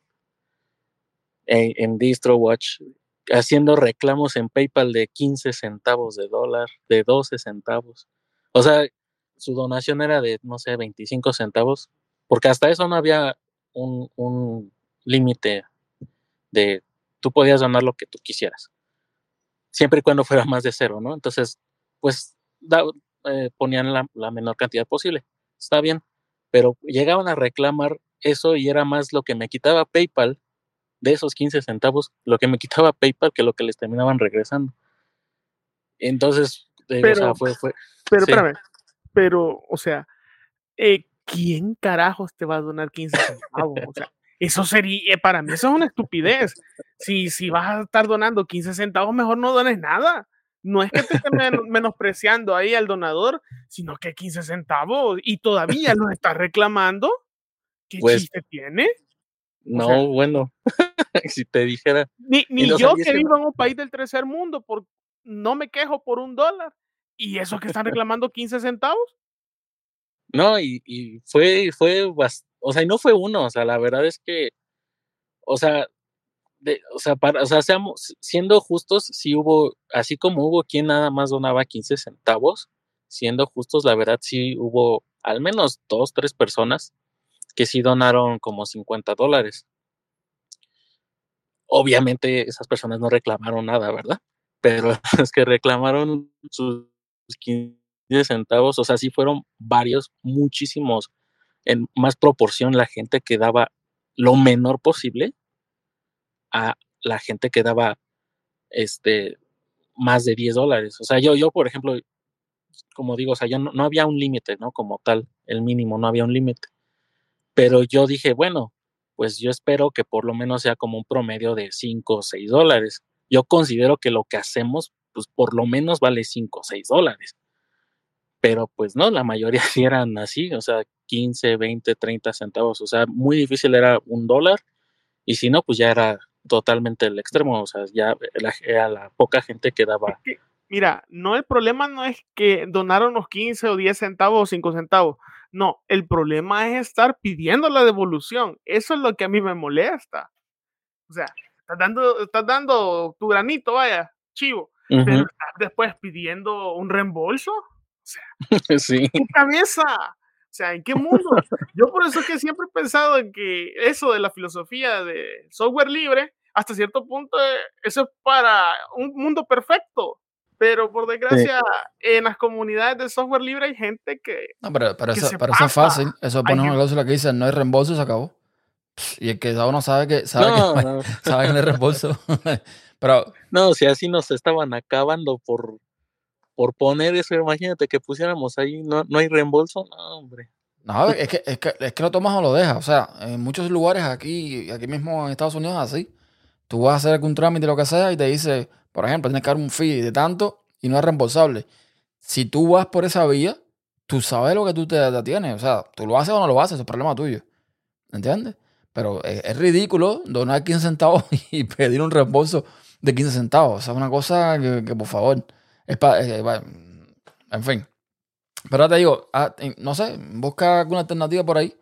En DistroWatch, haciendo reclamos en PayPal de 15 centavos de dólar, de 12 centavos. O sea, su donación era de, no sé, 25 centavos, porque hasta eso no había un límite de, tú podías donar lo que tú quisieras, siempre y cuando fuera más de cero, ¿no? Entonces, pues ponían la menor cantidad posible. Está bien, pero llegaban a reclamar eso y era más lo que me quitaba PayPal de esos 15 centavos, lo que me quitaba PayPal que lo que les terminaban regresando. Entonces, o sea, fue pero sí. espérame, pero, o sea, ¿quién carajos te va a donar 15 centavos? O sea, eso sería, para mí eso es una estupidez. Si vas a estar donando 15 centavos, mejor no dones nada. No es que te estén menospreciando ahí al donador, sino que 15 centavos y todavía los estás reclamando. ¿Qué Pues, chiste tiene? No, o sea, bueno, si te dijera. Ni o sea, yo y es que que vivo en un país del tercer mundo, no me quejo por $1. ¿Y esos que están reclamando 15 centavos? no, y fue, o sea, y no fue uno, o sea, la verdad es que, o sea, o sea, siendo justos, sí hubo, así como hubo quien nada más donaba 15 centavos, siendo justos, la verdad sí hubo al menos 2, 3 personas que sí donaron como $50. Obviamente esas personas no reclamaron nada, ¿verdad? Pero los que reclamaron sus 15 centavos, o sea, sí fueron varios, muchísimos, en más proporción la gente que daba lo menor posible a la gente que daba más de $10. O sea, yo, por ejemplo, como digo, o sea, yo no había un límite, ¿no? Como tal, el mínimo, no había un límite. Pero yo dije, bueno, pues yo espero que por lo menos sea como un promedio de 5 o 6 dólares. Yo considero que lo que hacemos, pues por lo menos vale 5 o 6 dólares. Pero pues no, la mayoría sí eran así, o sea, 15, 20, 30 centavos. O sea, muy difícil era $1. Y si no, pues ya era totalmente el extremo. O sea, ya era la poca gente que daba. Mira, el problema no es que donaron los 15 o 10 centavos o 5 centavos. No, el problema es estar pidiendo la devolución. Eso es lo que a mí me molesta. O sea, estás dando tu granito, vaya, chivo, pero estás después pidiendo un reembolso. O sea, sí. ¿qué cabeza? O sea, ¿en qué mundo? Yo por eso es que siempre he pensado en que eso de la filosofía de software libre, hasta cierto punto, eso es para un mundo perfecto. Pero por desgracia, en las comunidades de software libre hay gente que. No, pero eso es fácil. Eso es poner una cláusula que dice no hay reembolso y se acabó. Y el que uno sabe que no hay reembolso. Pero no, si así nos estaban acabando por poner eso, imagínate que pusiéramos ahí, no hay reembolso, no, hombre. No, es que lo tomas o lo dejas. O sea, en muchos lugares aquí mismo en Estados Unidos así. Tú vas a hacer algún trámite, lo que sea, y te dice, por ejemplo, tienes que dar un fee de tanto y no es reembolsable. Si tú vas por esa vía, tú sabes lo que tú te tienes. O sea, tú lo haces o no lo haces, es problema tuyo. ¿Entiendes? Pero es ridículo donar 15 centavos y pedir un reembolso de 15 centavos. O sea, es una cosa que por favor, en fin. Pero ahora te digo, no sé, busca alguna alternativa por ahí.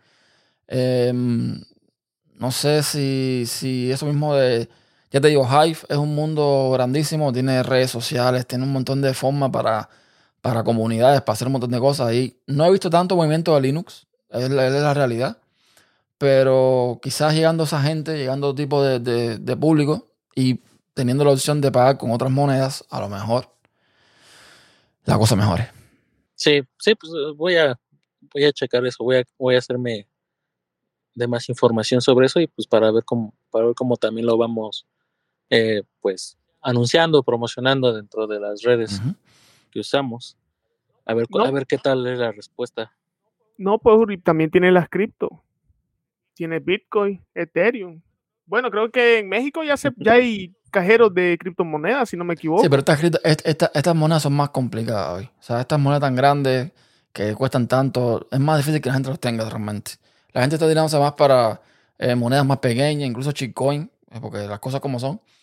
No sé si eso mismo ya te digo, Hive es un mundo grandísimo, tiene redes sociales, tiene un montón de formas para comunidades, para hacer un montón de cosas. Y no he visto tanto movimiento de Linux, es la realidad. Pero quizás llegando a esa gente, llegando tipo de público y teniendo la opción de pagar con otras monedas, a lo mejor la cosa mejore. Sí, pues voy a checar eso, voy a hacerme de más información sobre eso y pues para ver cómo también lo vamos pues anunciando, promocionando dentro de las redes que usamos. A ver qué tal es la respuesta. No, pues también tiene las cripto. Tiene Bitcoin, Ethereum. Bueno, creo que en México ya hay cajeros de criptomonedas, si no me equivoco. Sí, pero estas monedas son más complicadas hoy. O sea, estas monedas tan grandes que cuestan tanto, es más difícil que la gente los tenga realmente. La gente está tirándose más para monedas más pequeñas, incluso shitcoin, porque las cosas como son.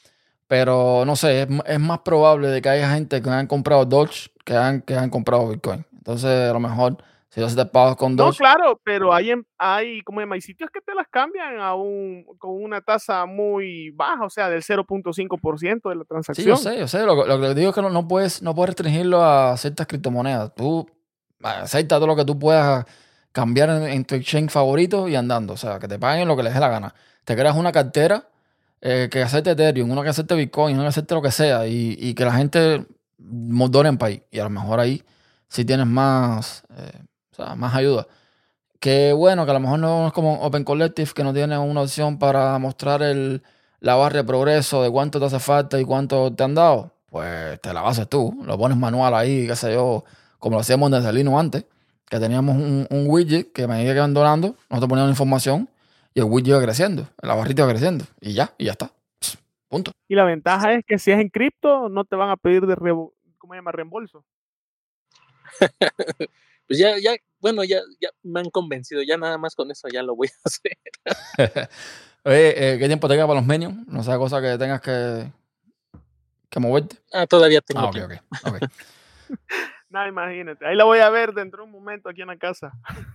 Pero no sé, es más probable de que haya gente que han comprado Doge que han comprado Bitcoin. Entonces, a lo mejor, si vas a hacer pagos con No, Doge, claro, pero hay, como hay sitios que te las cambian con una tasa muy baja, o sea, del 0.5% de la sí, transacción. yo sé. Lo que digo es que no puedes restringirlo a ciertas criptomonedas. Tú acepta todo lo que tú puedas cambiar en tu exchange favorito y andando. O sea, que te paguen lo que les dé la gana. Te creas una cartera que acepte Ethereum, una que acepte Bitcoin, una que acepte lo que sea y que la gente done en país. Y a lo mejor ahí sí tienes más, o sea, más ayuda. Que bueno, que a lo mejor no es como Open Collective, que no tiene una opción para mostrar la barra de progreso de cuánto te hace falta y cuánto te han dado. Pues te la haces tú, lo pones manual ahí, qué sé yo, como lo hacíamos desde Linux antes, que teníamos un widget que a medida que iban donando, nosotros poníamos información y el widget iba creciendo, la barrita iba creciendo y ya está. Pss, punto. Y la ventaja es que si es en cripto, no te van a pedir ¿cómo se llama? Reembolso. Pues bueno, ya me han convencido, ya nada más con eso ya lo voy a hacer. Oye, ¿qué tiempo te queda para los minions? No sea cosa que tengas que moverte. Todavía tengo Ok. Nada, imagínate. Ahí la voy a ver dentro de un momento aquí en la casa.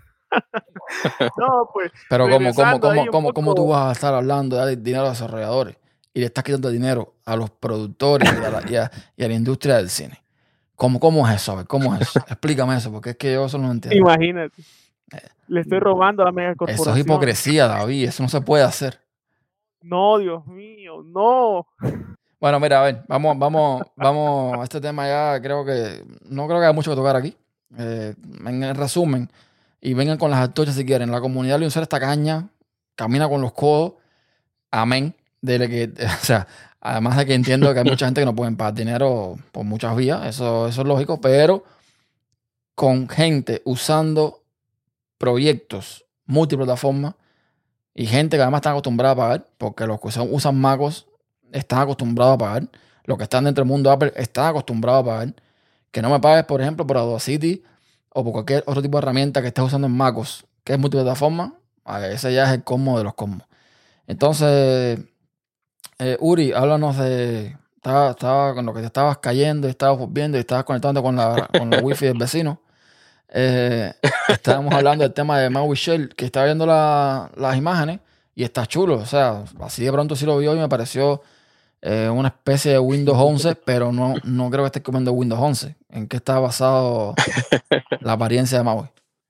No, pues. Pero regresando ahí un ¿cómo tú poco. vas a estar hablando de dinero a los desarrolladores y le estás quitando dinero a los productores y a la industria del cine? ¿Cómo es eso? A ver, ¿cómo es eso? Explícame eso, porque es que yo eso no entiendo. Imagínate. Le estoy robando a la mega corporación. Eso es hipocresía, David. Eso no se puede hacer. No, Dios mío, no. Bueno, mira, a ver, vamos a este tema ya. No creo que haya mucho que tocar aquí. En resumen, y vengan con las antorchas si quieren. La comunidad Leoncer está caña, camina con los codos. Amén. O sea, además de que entiendo que hay mucha gente que no puede pagar dinero por muchas vías, eso es lógico, pero con gente usando proyectos multiplataformas y gente que además está acostumbrada a pagar, porque los que usan MacOS están acostumbrados a pagar, los que están dentro del mundo Apple están acostumbrados a pagar, que no me pagues, por ejemplo, por Audacity o por cualquier otro tipo de herramienta que estés usando en MacOS, que es multiplataforma, ese ya es el colmo de los colmos. Entonces, Uri, háblanos de... Estaba con lo que te estabas cayendo y estabas volviendo y estabas conectando con la wifi del vecino. Estábamos hablando del tema de Maui Shell, que estaba viendo las imágenes y está chulo. O sea, así de pronto sí lo vi hoy y me pareció una especie de Windows 11, pero no creo que esté comiendo Windows 11. ¿En qué está basado la apariencia de Maui?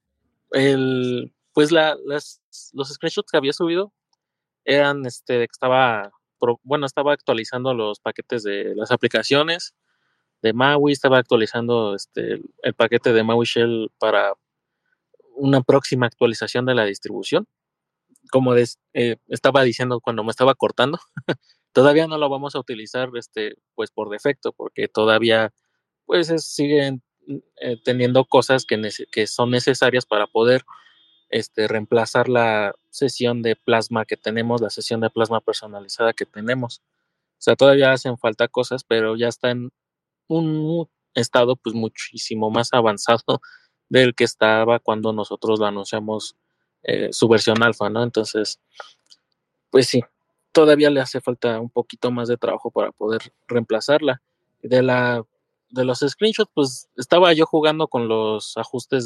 Pues los screenshots que había subido eran de que estaba actualizando los paquetes de las aplicaciones de Maui, estaba actualizando el paquete de Maui Shell para una próxima actualización de la distribución. Como estaba diciendo cuando me estaba cortando, todavía no lo vamos a utilizar pues por defecto, porque todavía pues siguen teniendo cosas que son necesarias para poder reemplazar la sesión de plasma que tenemos, la sesión de plasma personalizada que tenemos. O sea, todavía hacen falta cosas, pero ya está en un estado pues muchísimo más avanzado del que estaba cuando nosotros lo anunciamos su versión alfa, ¿no? Entonces, pues sí, todavía le hace falta un poquito más de trabajo para poder reemplazarla. De los screenshots, pues estaba yo jugando con los ajustes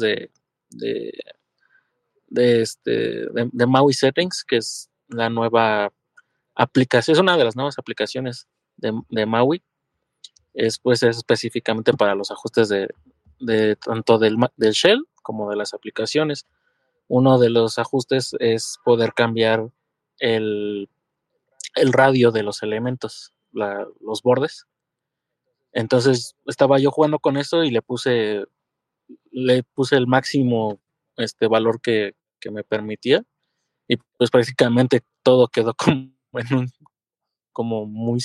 de Maui Settings, que es la nueva aplicación, es una de las nuevas aplicaciones de Maui. Pues es específicamente para los ajustes de tanto del shell como de las aplicaciones. Uno de los ajustes es poder cambiar el radio de los elementos, los bordes. Entonces estaba yo jugando con eso y le puse el máximo valor que me permitía, y pues prácticamente todo quedó como muy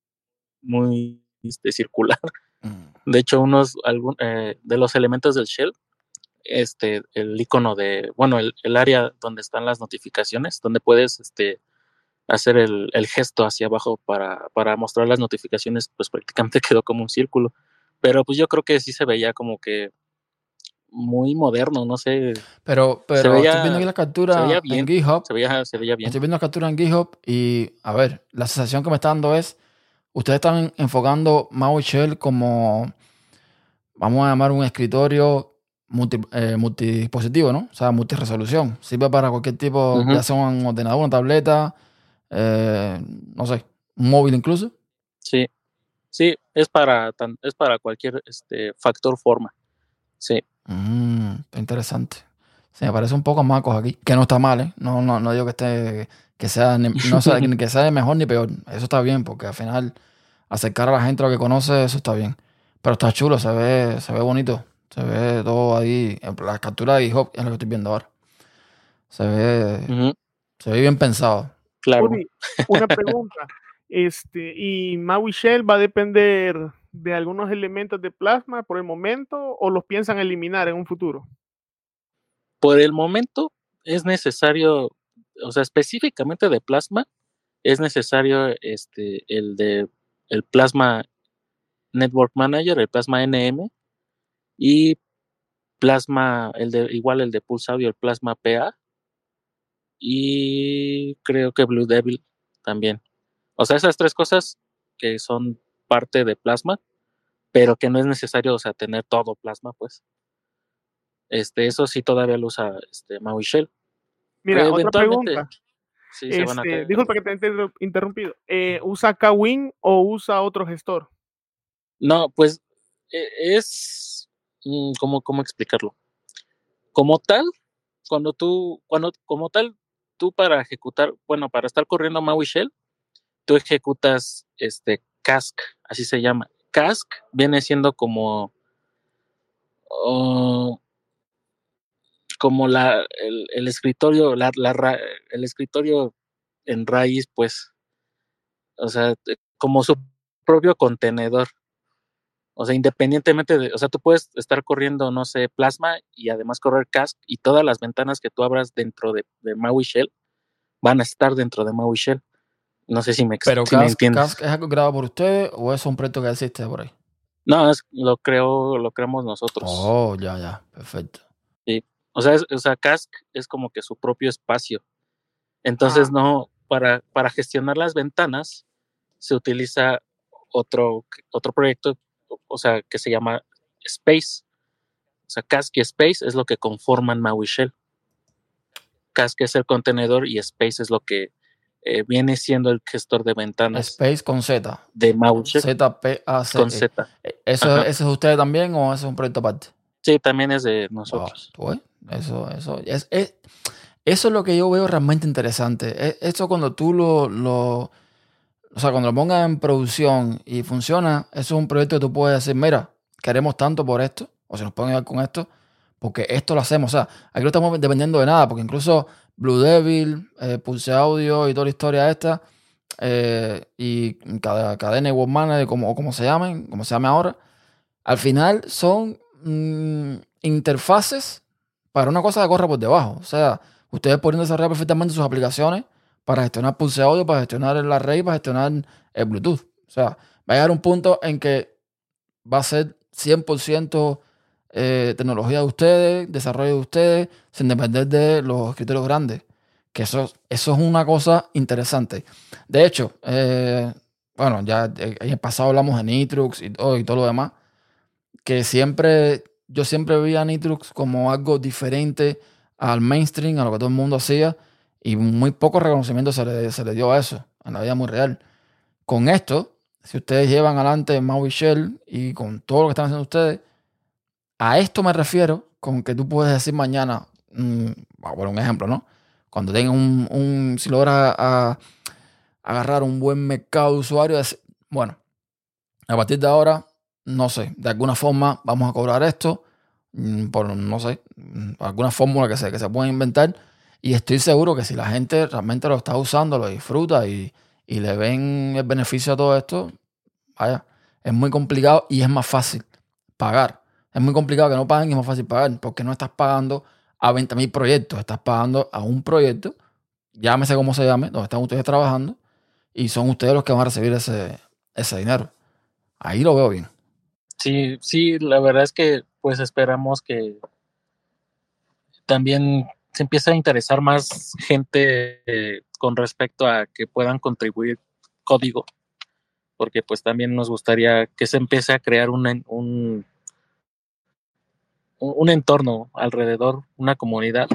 circular. De hecho, de los elementos del shell, el icono el área donde están las notificaciones, donde puedes hacer el gesto hacia abajo para mostrar las notificaciones, pues prácticamente quedó como un círculo. Pero pues yo creo que sí se veía como que muy moderno, no sé. Pero estoy viendo aquí la captura en GitHub. Se veía bien. Estoy viendo la captura en GitHub y, a ver, la sensación que me está dando es ustedes están enfocando Maui Shell como, vamos a llamar un escritorio multidispositivo, ¿no? O sea, multiresolución. Sirve para cualquier tipo, Ujú. ya sea un ordenador, una tableta, eh, no sé, un móvil incluso. Sí, sí, es para cualquier factor forma. Sí. Está interesante. Se me parece un poco a Macos aquí, que no está mal, ¿eh? No digo que esté, que sea, no sea, que sea mejor ni peor. Eso está bien, porque al final acercar a la gente a lo que conoce, eso está bien. Pero está chulo, se ve bonito. Se ve todo ahí. Las capturas de GitHub es lo que estoy viendo ahora. Se ve, Ujú, se ve bien pensado. claro. Uri, una pregunta. ¿Y Maui Shell va a depender de algunos elementos de Plasma por el momento o los piensan eliminar en un futuro? Por el momento es necesario, o sea, específicamente de Plasma, es necesario el Plasma Network Manager, el Plasma NM y Plasma, igual el de Pulse Audio, el Plasma PA y creo que Blue Devil también. O sea, esas tres cosas que son parte de Plasma, pero que no es necesario, o sea, tener todo Plasma, pues. Eso sí todavía lo usa Maui Shell. Mira, otra Eventualmente pregunta. sí se van a tener. Disculpa que te he interrumpido. ¿Usa Kwin o usa otro gestor? No, pues es ¿cómo explicarlo? Como tal, como tal, tú para ejecutar, bueno, para estar corriendo Maui Shell, tú ejecutas Cask, así se llama. Cask viene siendo oh, como el escritorio, el escritorio en raíz, pues, o sea, como su propio contenedor. O sea, independientemente o sea, tú puedes estar corriendo, no sé, Plasma y además correr Cask y todas las ventanas que tú abras dentro de Maui Shell van a estar dentro de Maui Shell. No sé Pero si me Cask entiendes. es algo creado por ustedes o es un proyecto que existe por ahí. No, lo creamos nosotros. Oh, ya, perfecto. Sí. O sea, Cask es como que su propio espacio. Ah, Entonces, no, para gestionar las ventanas se utiliza otro proyecto, o sea, que se llama Space. O sea, Cask y Space es lo que conforman Maui Shell. Cask es el contenedor y Space es lo que viene siendo el gestor de ventanas Space con Z. de Maui Shell con ZPACE. Z. ¿Eso, Ajá. eso es usted también o eso es un proyecto aparte? Sí, también es de Wow, nosotros. ¿tú ves? Eso es lo que yo veo realmente interesante. Esto cuando tú o sea, cuando lo pongas en producción y funciona, eso es un proyecto que tú puedes decir, mira, queremos tanto por esto, o si nos pueden ayudar con esto, porque esto lo hacemos. O sea, aquí no estamos dependiendo de nada, porque incluso Blue Devil, Pulse Audio y toda la historia esta, y cada cadena Network Manager, o como se llamen, como se llame ahora, al final son interfaces para una cosa que corre por debajo. O sea, ustedes pueden desarrollar perfectamente sus aplicaciones para gestionar Pulse Audio, para gestionar el array, para gestionar el Bluetooth. O sea, va a llegar un punto en que va a ser 100% tecnología de ustedes, desarrollo de ustedes, sin depender de los escritorios grandes. Que eso es una cosa interesante. De hecho, bueno, ya en el pasado hablamos de Nitrux y todo lo demás, que yo siempre vi a Nitrux como algo diferente al mainstream, a lo que todo el mundo hacía, y muy poco reconocimiento se le dio a eso, en la vida muy real. Con esto, si ustedes llevan adelante Maui Shell y con todo lo que están haciendo ustedes, a esto me refiero con que tú puedes decir mañana, por un ejemplo, ¿no? Cuando tengan si logras agarrar un buen mercado de usuarios, bueno, a partir de ahora, no sé, de alguna forma vamos a cobrar esto, por, no sé, alguna fórmula que se pueda inventar. Y estoy seguro que si la gente realmente lo está usando, lo disfruta y le ven el beneficio a todo esto, vaya, es muy complicado y es más fácil pagar. Es muy complicado que no paguen y es más fácil pagar porque no estás pagando a 20.000 proyectos, estás pagando a un proyecto, llámese como se llame, donde están ustedes trabajando y son ustedes los que van a recibir ese dinero. Ahí lo veo bien. Sí, sí, la verdad es que pues esperamos que también se empiece a interesar más gente con respecto a que puedan contribuir código porque pues también nos gustaría que se empiece a crear un entorno alrededor, una comunidad,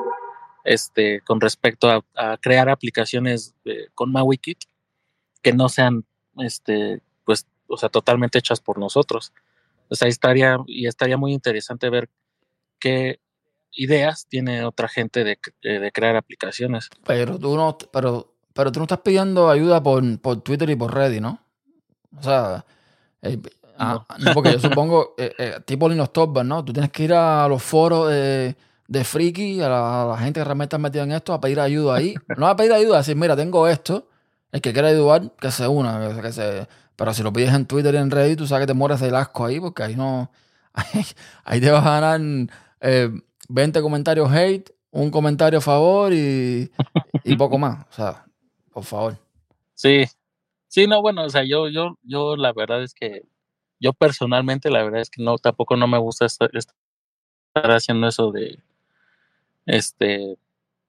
con respecto a crear aplicaciones con MauiKit que no sean, pues, o sea, totalmente hechas por nosotros. O sea, estaría muy interesante ver qué ideas tiene otra gente de crear aplicaciones. Pero tú no estás pidiendo ayuda por Twitter y por Reddit, ¿no? O sea, No. no, porque yo supongo, tipo Linux Torvalds, ¿no? Tú tienes que ir a los foros de Friki, a la gente que realmente está metida en esto, a pedir ayuda ahí. No a pedir ayuda, a decir, mira, tengo esto, el que quiera ayudar, que se una, pero si lo pides en Twitter y en Reddit, tú sabes que te mueres del asco ahí, porque ahí no, ahí te vas a ganar 20 comentarios hate, un comentario a favor y poco más. O sea, por favor. Sí, sí, no, bueno, o sea, yo la verdad es que yo personalmente, la verdad es que no, tampoco no me gusta estar haciendo eso de, este,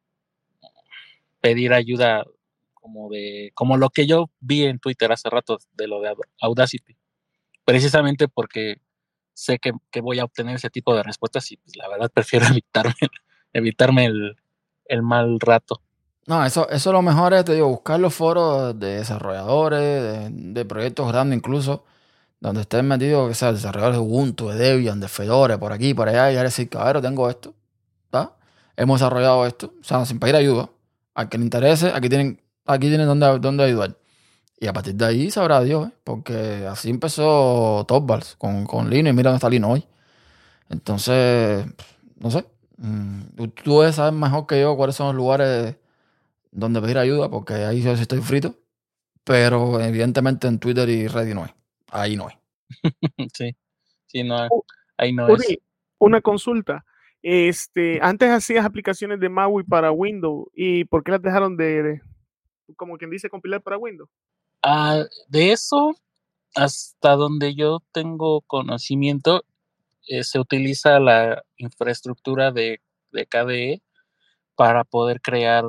pedir ayuda como lo que yo vi en Twitter hace rato de lo de Audacity, precisamente porque sé que voy a obtener ese tipo de respuestas y pues la verdad prefiero evitarme el mal rato. No, eso lo mejor es, te digo, buscar los foros de desarrolladores, de proyectos grandes incluso, donde estén metidos, que sea, desarrolladores de Ubuntu, de Debian, de Fedora, por aquí, por allá, y decir, cabrón, tengo esto, ¿está? Hemos desarrollado esto, o sea, sin pedir ayuda. Al que le interese, aquí tienen donde ayudar. Y a partir de ahí sabrá Dios, ¿eh? Porque así empezó Torvalds con Linux, y mira dónde está Linux hoy. Entonces, no sé, tú debes saber mejor que yo cuáles son los lugares donde pedir ayuda, porque ahí yo sí estoy frito, pero evidentemente en Twitter y Reddit no hay. Ahí no hay. Sí, sí, no, U- ahí no es. Uri, una consulta. Antes hacías aplicaciones de MAUI para Windows, ¿y por qué las dejaron como quien dice, compilar para Windows? De eso, hasta donde yo tengo conocimiento, se utiliza la infraestructura de KDE para poder crear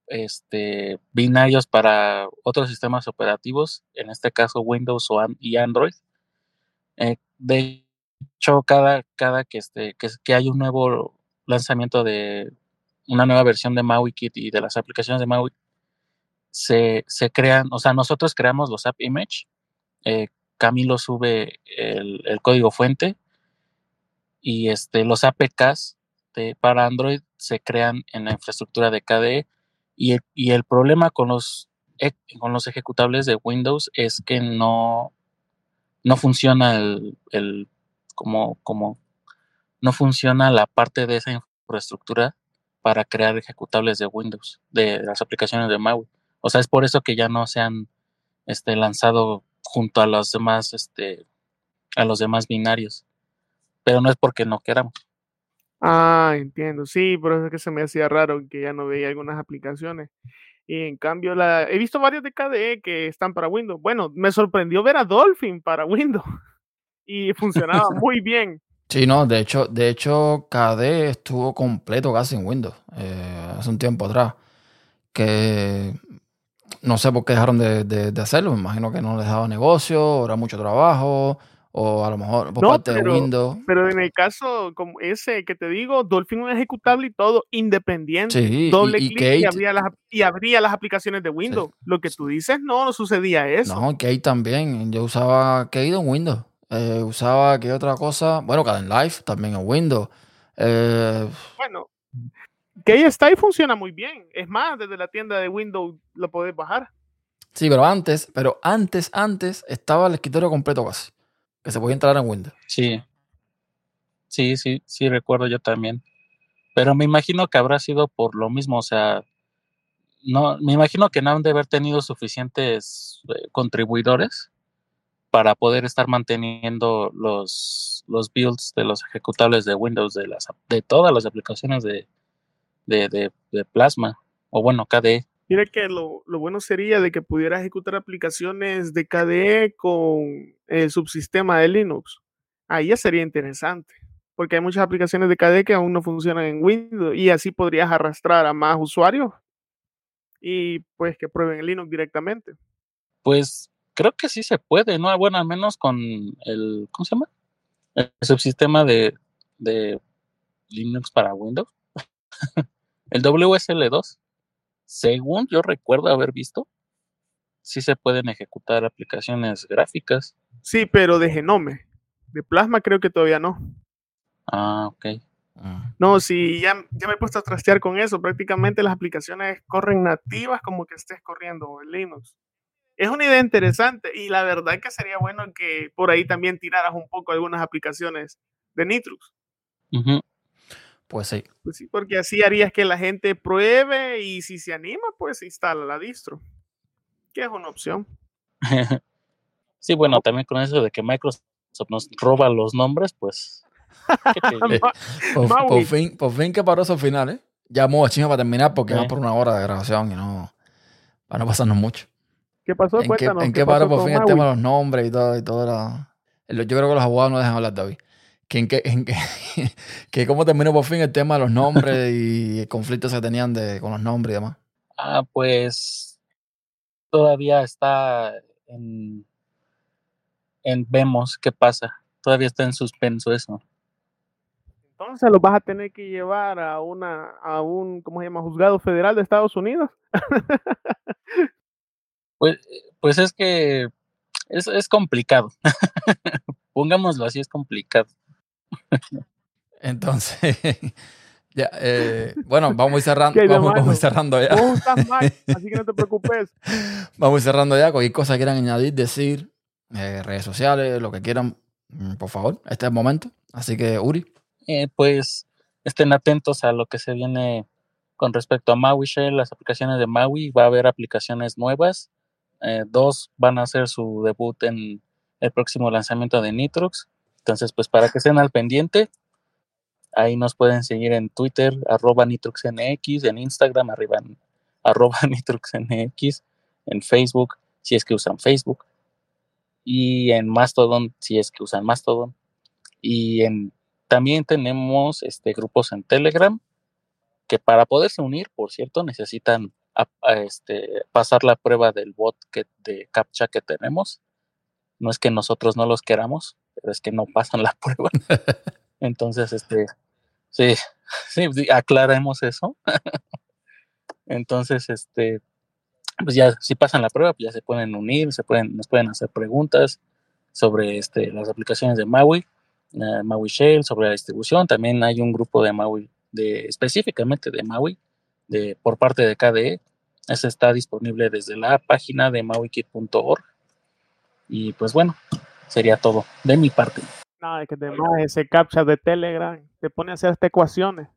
binarios para otros sistemas operativos, en este caso Windows y Android. De hecho, cada que hay un nuevo lanzamiento de una nueva versión de MauiKit y de las aplicaciones de Maui, se crean, o sea, nosotros creamos los app image, Camilo sube el código fuente y los APKs para Android se crean en la infraestructura de KDE y el problema con los ejecutables de Windows es que no funciona como no funciona la parte de esa infraestructura para crear ejecutables de Windows, de las aplicaciones de MAUI. O sea, es por eso que ya no se han lanzado junto a los demás binarios. Pero no es porque no queramos. Entiendo. Sí, por eso es que se me hacía raro que ya no veía algunas aplicaciones. Y en cambio, he visto varios de KDE que están para Windows. Bueno, me sorprendió ver a Dolphin para Windows y funcionaba muy bien. Sí, no, de hecho, KDE estuvo completo casi en Windows hace un tiempo atrás. Que no sé por qué dejaron de hacerlo. Me imagino que no les daba negocio, o era mucho trabajo, o a lo mejor por No, parte de Windows. pero en el caso como ese que te digo, Dolphin un ejecutable y todo independiente. Sí, Doble y clic y Kate, abría las aplicaciones de sí, Windows. Lo que tú dices, no sucedía eso. no, Kate también. Yo usaba Kate en Windows. Usaba qué otra cosa. Bueno, Kdenlive también en Windows. Eh, Bueno, que está y funciona muy bien. Es más, desde la tienda de Windows lo podés bajar. sí, pero antes estaba el escritorio completo casi. Que se podía entrar en Windows. Sí, sí, recuerdo yo también. Pero me imagino que habrá sido por lo mismo, o sea, no, me imagino que no han de haber tenido suficientes contribuidores para poder estar manteniendo los builds de los ejecutables de Windows de todas las aplicaciones de Plasma, o bueno, KDE. Mira que lo bueno sería de que pudiera ejecutar aplicaciones de KDE con el subsistema de Linux. Ahí ya sería interesante, porque hay muchas aplicaciones de KDE que aún no funcionan en Windows y así podrías arrastrar a más usuarios y pues que prueben el Linux directamente. Pues creo que sí se puede, ¿no? Bueno, al menos con el, ¿cómo se llama? El subsistema de Linux para Windows, el WSL2, según yo recuerdo haber visto, sí se pueden ejecutar aplicaciones gráficas. Sí, pero de Genome. De Plasma creo que todavía no. Ah, ok. No, sí, ya me he puesto a trastear con eso. Prácticamente las aplicaciones corren nativas como que estés corriendo en Linux. Es una idea interesante y la verdad que sería bueno que por ahí también tiraras un poco algunas aplicaciones de Nitrux. Uh-huh. Pues sí. Pues sí, porque así harías que la gente pruebe y si se anima, pues instala la distro, que es una opción. Sí, bueno, también con eso de que Microsoft nos roba los nombres, pues... por fin que paró esos finales. Llamó a Chima para terminar porque va por 1 hora de grabación y no... Para no pasarnos mucho. ¿Qué pasó? Cuéntanos. ¿En qué paró por fin el tema de los nombres y todo? Yo creo que los abogados no dejan hablar, David. ¿Cómo terminó por fin el tema de los nombres y el conflicto que tenían con los nombres y demás? Pues todavía está en vemos qué pasa. Todavía está en suspenso eso. Entonces los vas a tener que llevar a un, ¿cómo se llama? Juzgado federal de Estados Unidos. Pues es que es complicado. Pongámoslo así, es complicado. Entonces, ya, bueno, vamos a ir cerrando. Vamos a ir cerrando ya. Vos estás mal, así que no te preocupes. Vamos a ir cerrando ya. Cualquier cosa que quieran añadir, decir, redes sociales, lo que quieran, por favor. Este es el momento. Así que, Uri. Pues estén atentos a lo que se viene con respecto a Maui Shell, las aplicaciones de Maui. Va a haber aplicaciones nuevas. 2 van a hacer su debut en el próximo lanzamiento de Nitrux. Entonces, pues para que estén al pendiente, ahí nos pueden seguir en Twitter, @NitroxNX, en Instagram, @NitroxNX, en Facebook, si es que usan Facebook, y en Mastodon, si es que usan Mastodon. Y también tenemos grupos en Telegram, que para poderse unir, por cierto, necesitan pasar la prueba del bot de CAPTCHA que tenemos. No es que nosotros no los queramos, pero es que no pasan la prueba. Entonces, sí, aclaremos eso. Entonces, pues ya si pasan la prueba, pues ya se pueden unir, nos pueden hacer preguntas sobre las aplicaciones de Maui, Maui Shell, sobre la distribución. También hay un grupo de Maui, específicamente de Maui, por parte de KDE. Ese está disponible desde la página de mauikit.org. Y pues bueno, sería todo de mi parte. No, es que además ese captcha de Telegram te pone a hacer estas ecuaciones.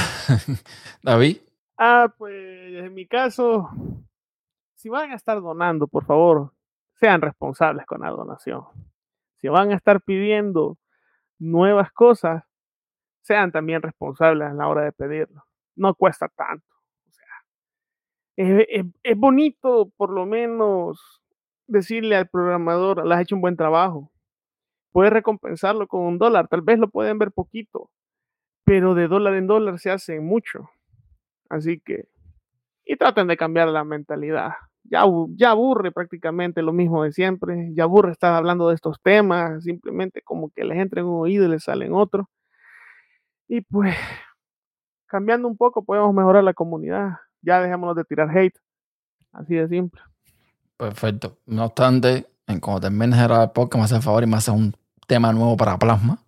David. Pues en mi caso, si van a estar donando, por favor, sean responsables con la donación. Si van a estar pidiendo nuevas cosas, sean también responsables a la hora de pedirlo. No cuesta tanto. O sea, es bonito por lo menos decirle al programador, le has hecho un buen trabajo. Puedes recompensarlo con $1, tal vez lo pueden ver poquito, pero de dólar en dólar se hace mucho. Así que, y traten de cambiar la mentalidad. Ya aburre prácticamente lo mismo de siempre, ya aburre estar hablando de estos temas, simplemente como que les entra en un oído y les sale en otro. Y pues, cambiando un poco podemos mejorar la comunidad. Ya dejémonos de tirar hate. Así de simple. Perfecto. No obstante, cuando termines de grabar el podcast, me haces el favor y me haces un tema nuevo para Plasma.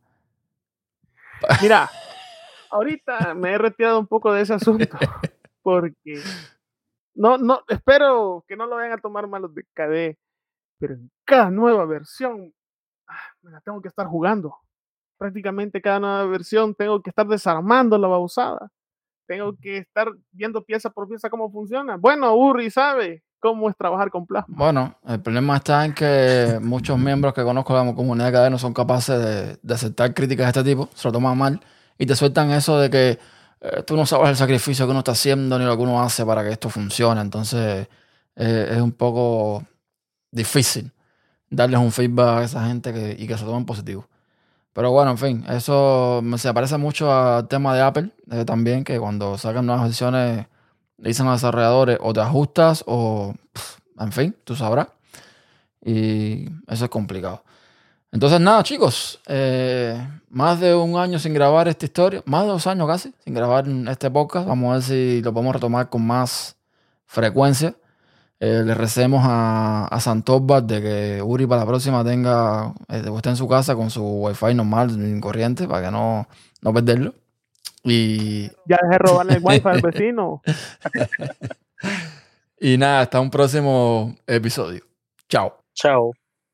Mira, ahorita me he retirado un poco de ese asunto porque no, espero que no lo vayan a tomar malos de KDE, pero en cada nueva versión me la tengo que estar jugando. Prácticamente cada nueva versión tengo que estar desarmando la babosada. Tengo que estar viendo pieza por pieza cómo funciona. Bueno, Uri sabe cómo es trabajar con Plasma. Bueno, el problema está en que muchos miembros que conozco de la comunidad de KDE no son capaces de aceptar críticas de este tipo, se lo toman mal y te sueltan eso de que tú no sabes el sacrificio que uno está haciendo ni lo que uno hace para que esto funcione. Entonces es un poco difícil darles un feedback a esa gente y que se tomen positivo. Pero bueno, en fin, eso se parece mucho al tema de Apple también, que cuando sacan nuevas versiones le dicen a los desarrolladores o te ajustas o, en fin, tú sabrás. y eso es complicado. Entonces, nada, chicos, más de un año sin grabar esta historia, más de 2 años casi sin grabar este podcast. Vamos a ver si lo podemos retomar con más frecuencia. Le recemos a Santorbat de que Uri para la próxima tenga, esté en su casa con su wifi normal, sin corriente, para que no perderlo. Y Ya dejé robarle el wifi al vecino. y nada, hasta un próximo episodio. Chao. Chao.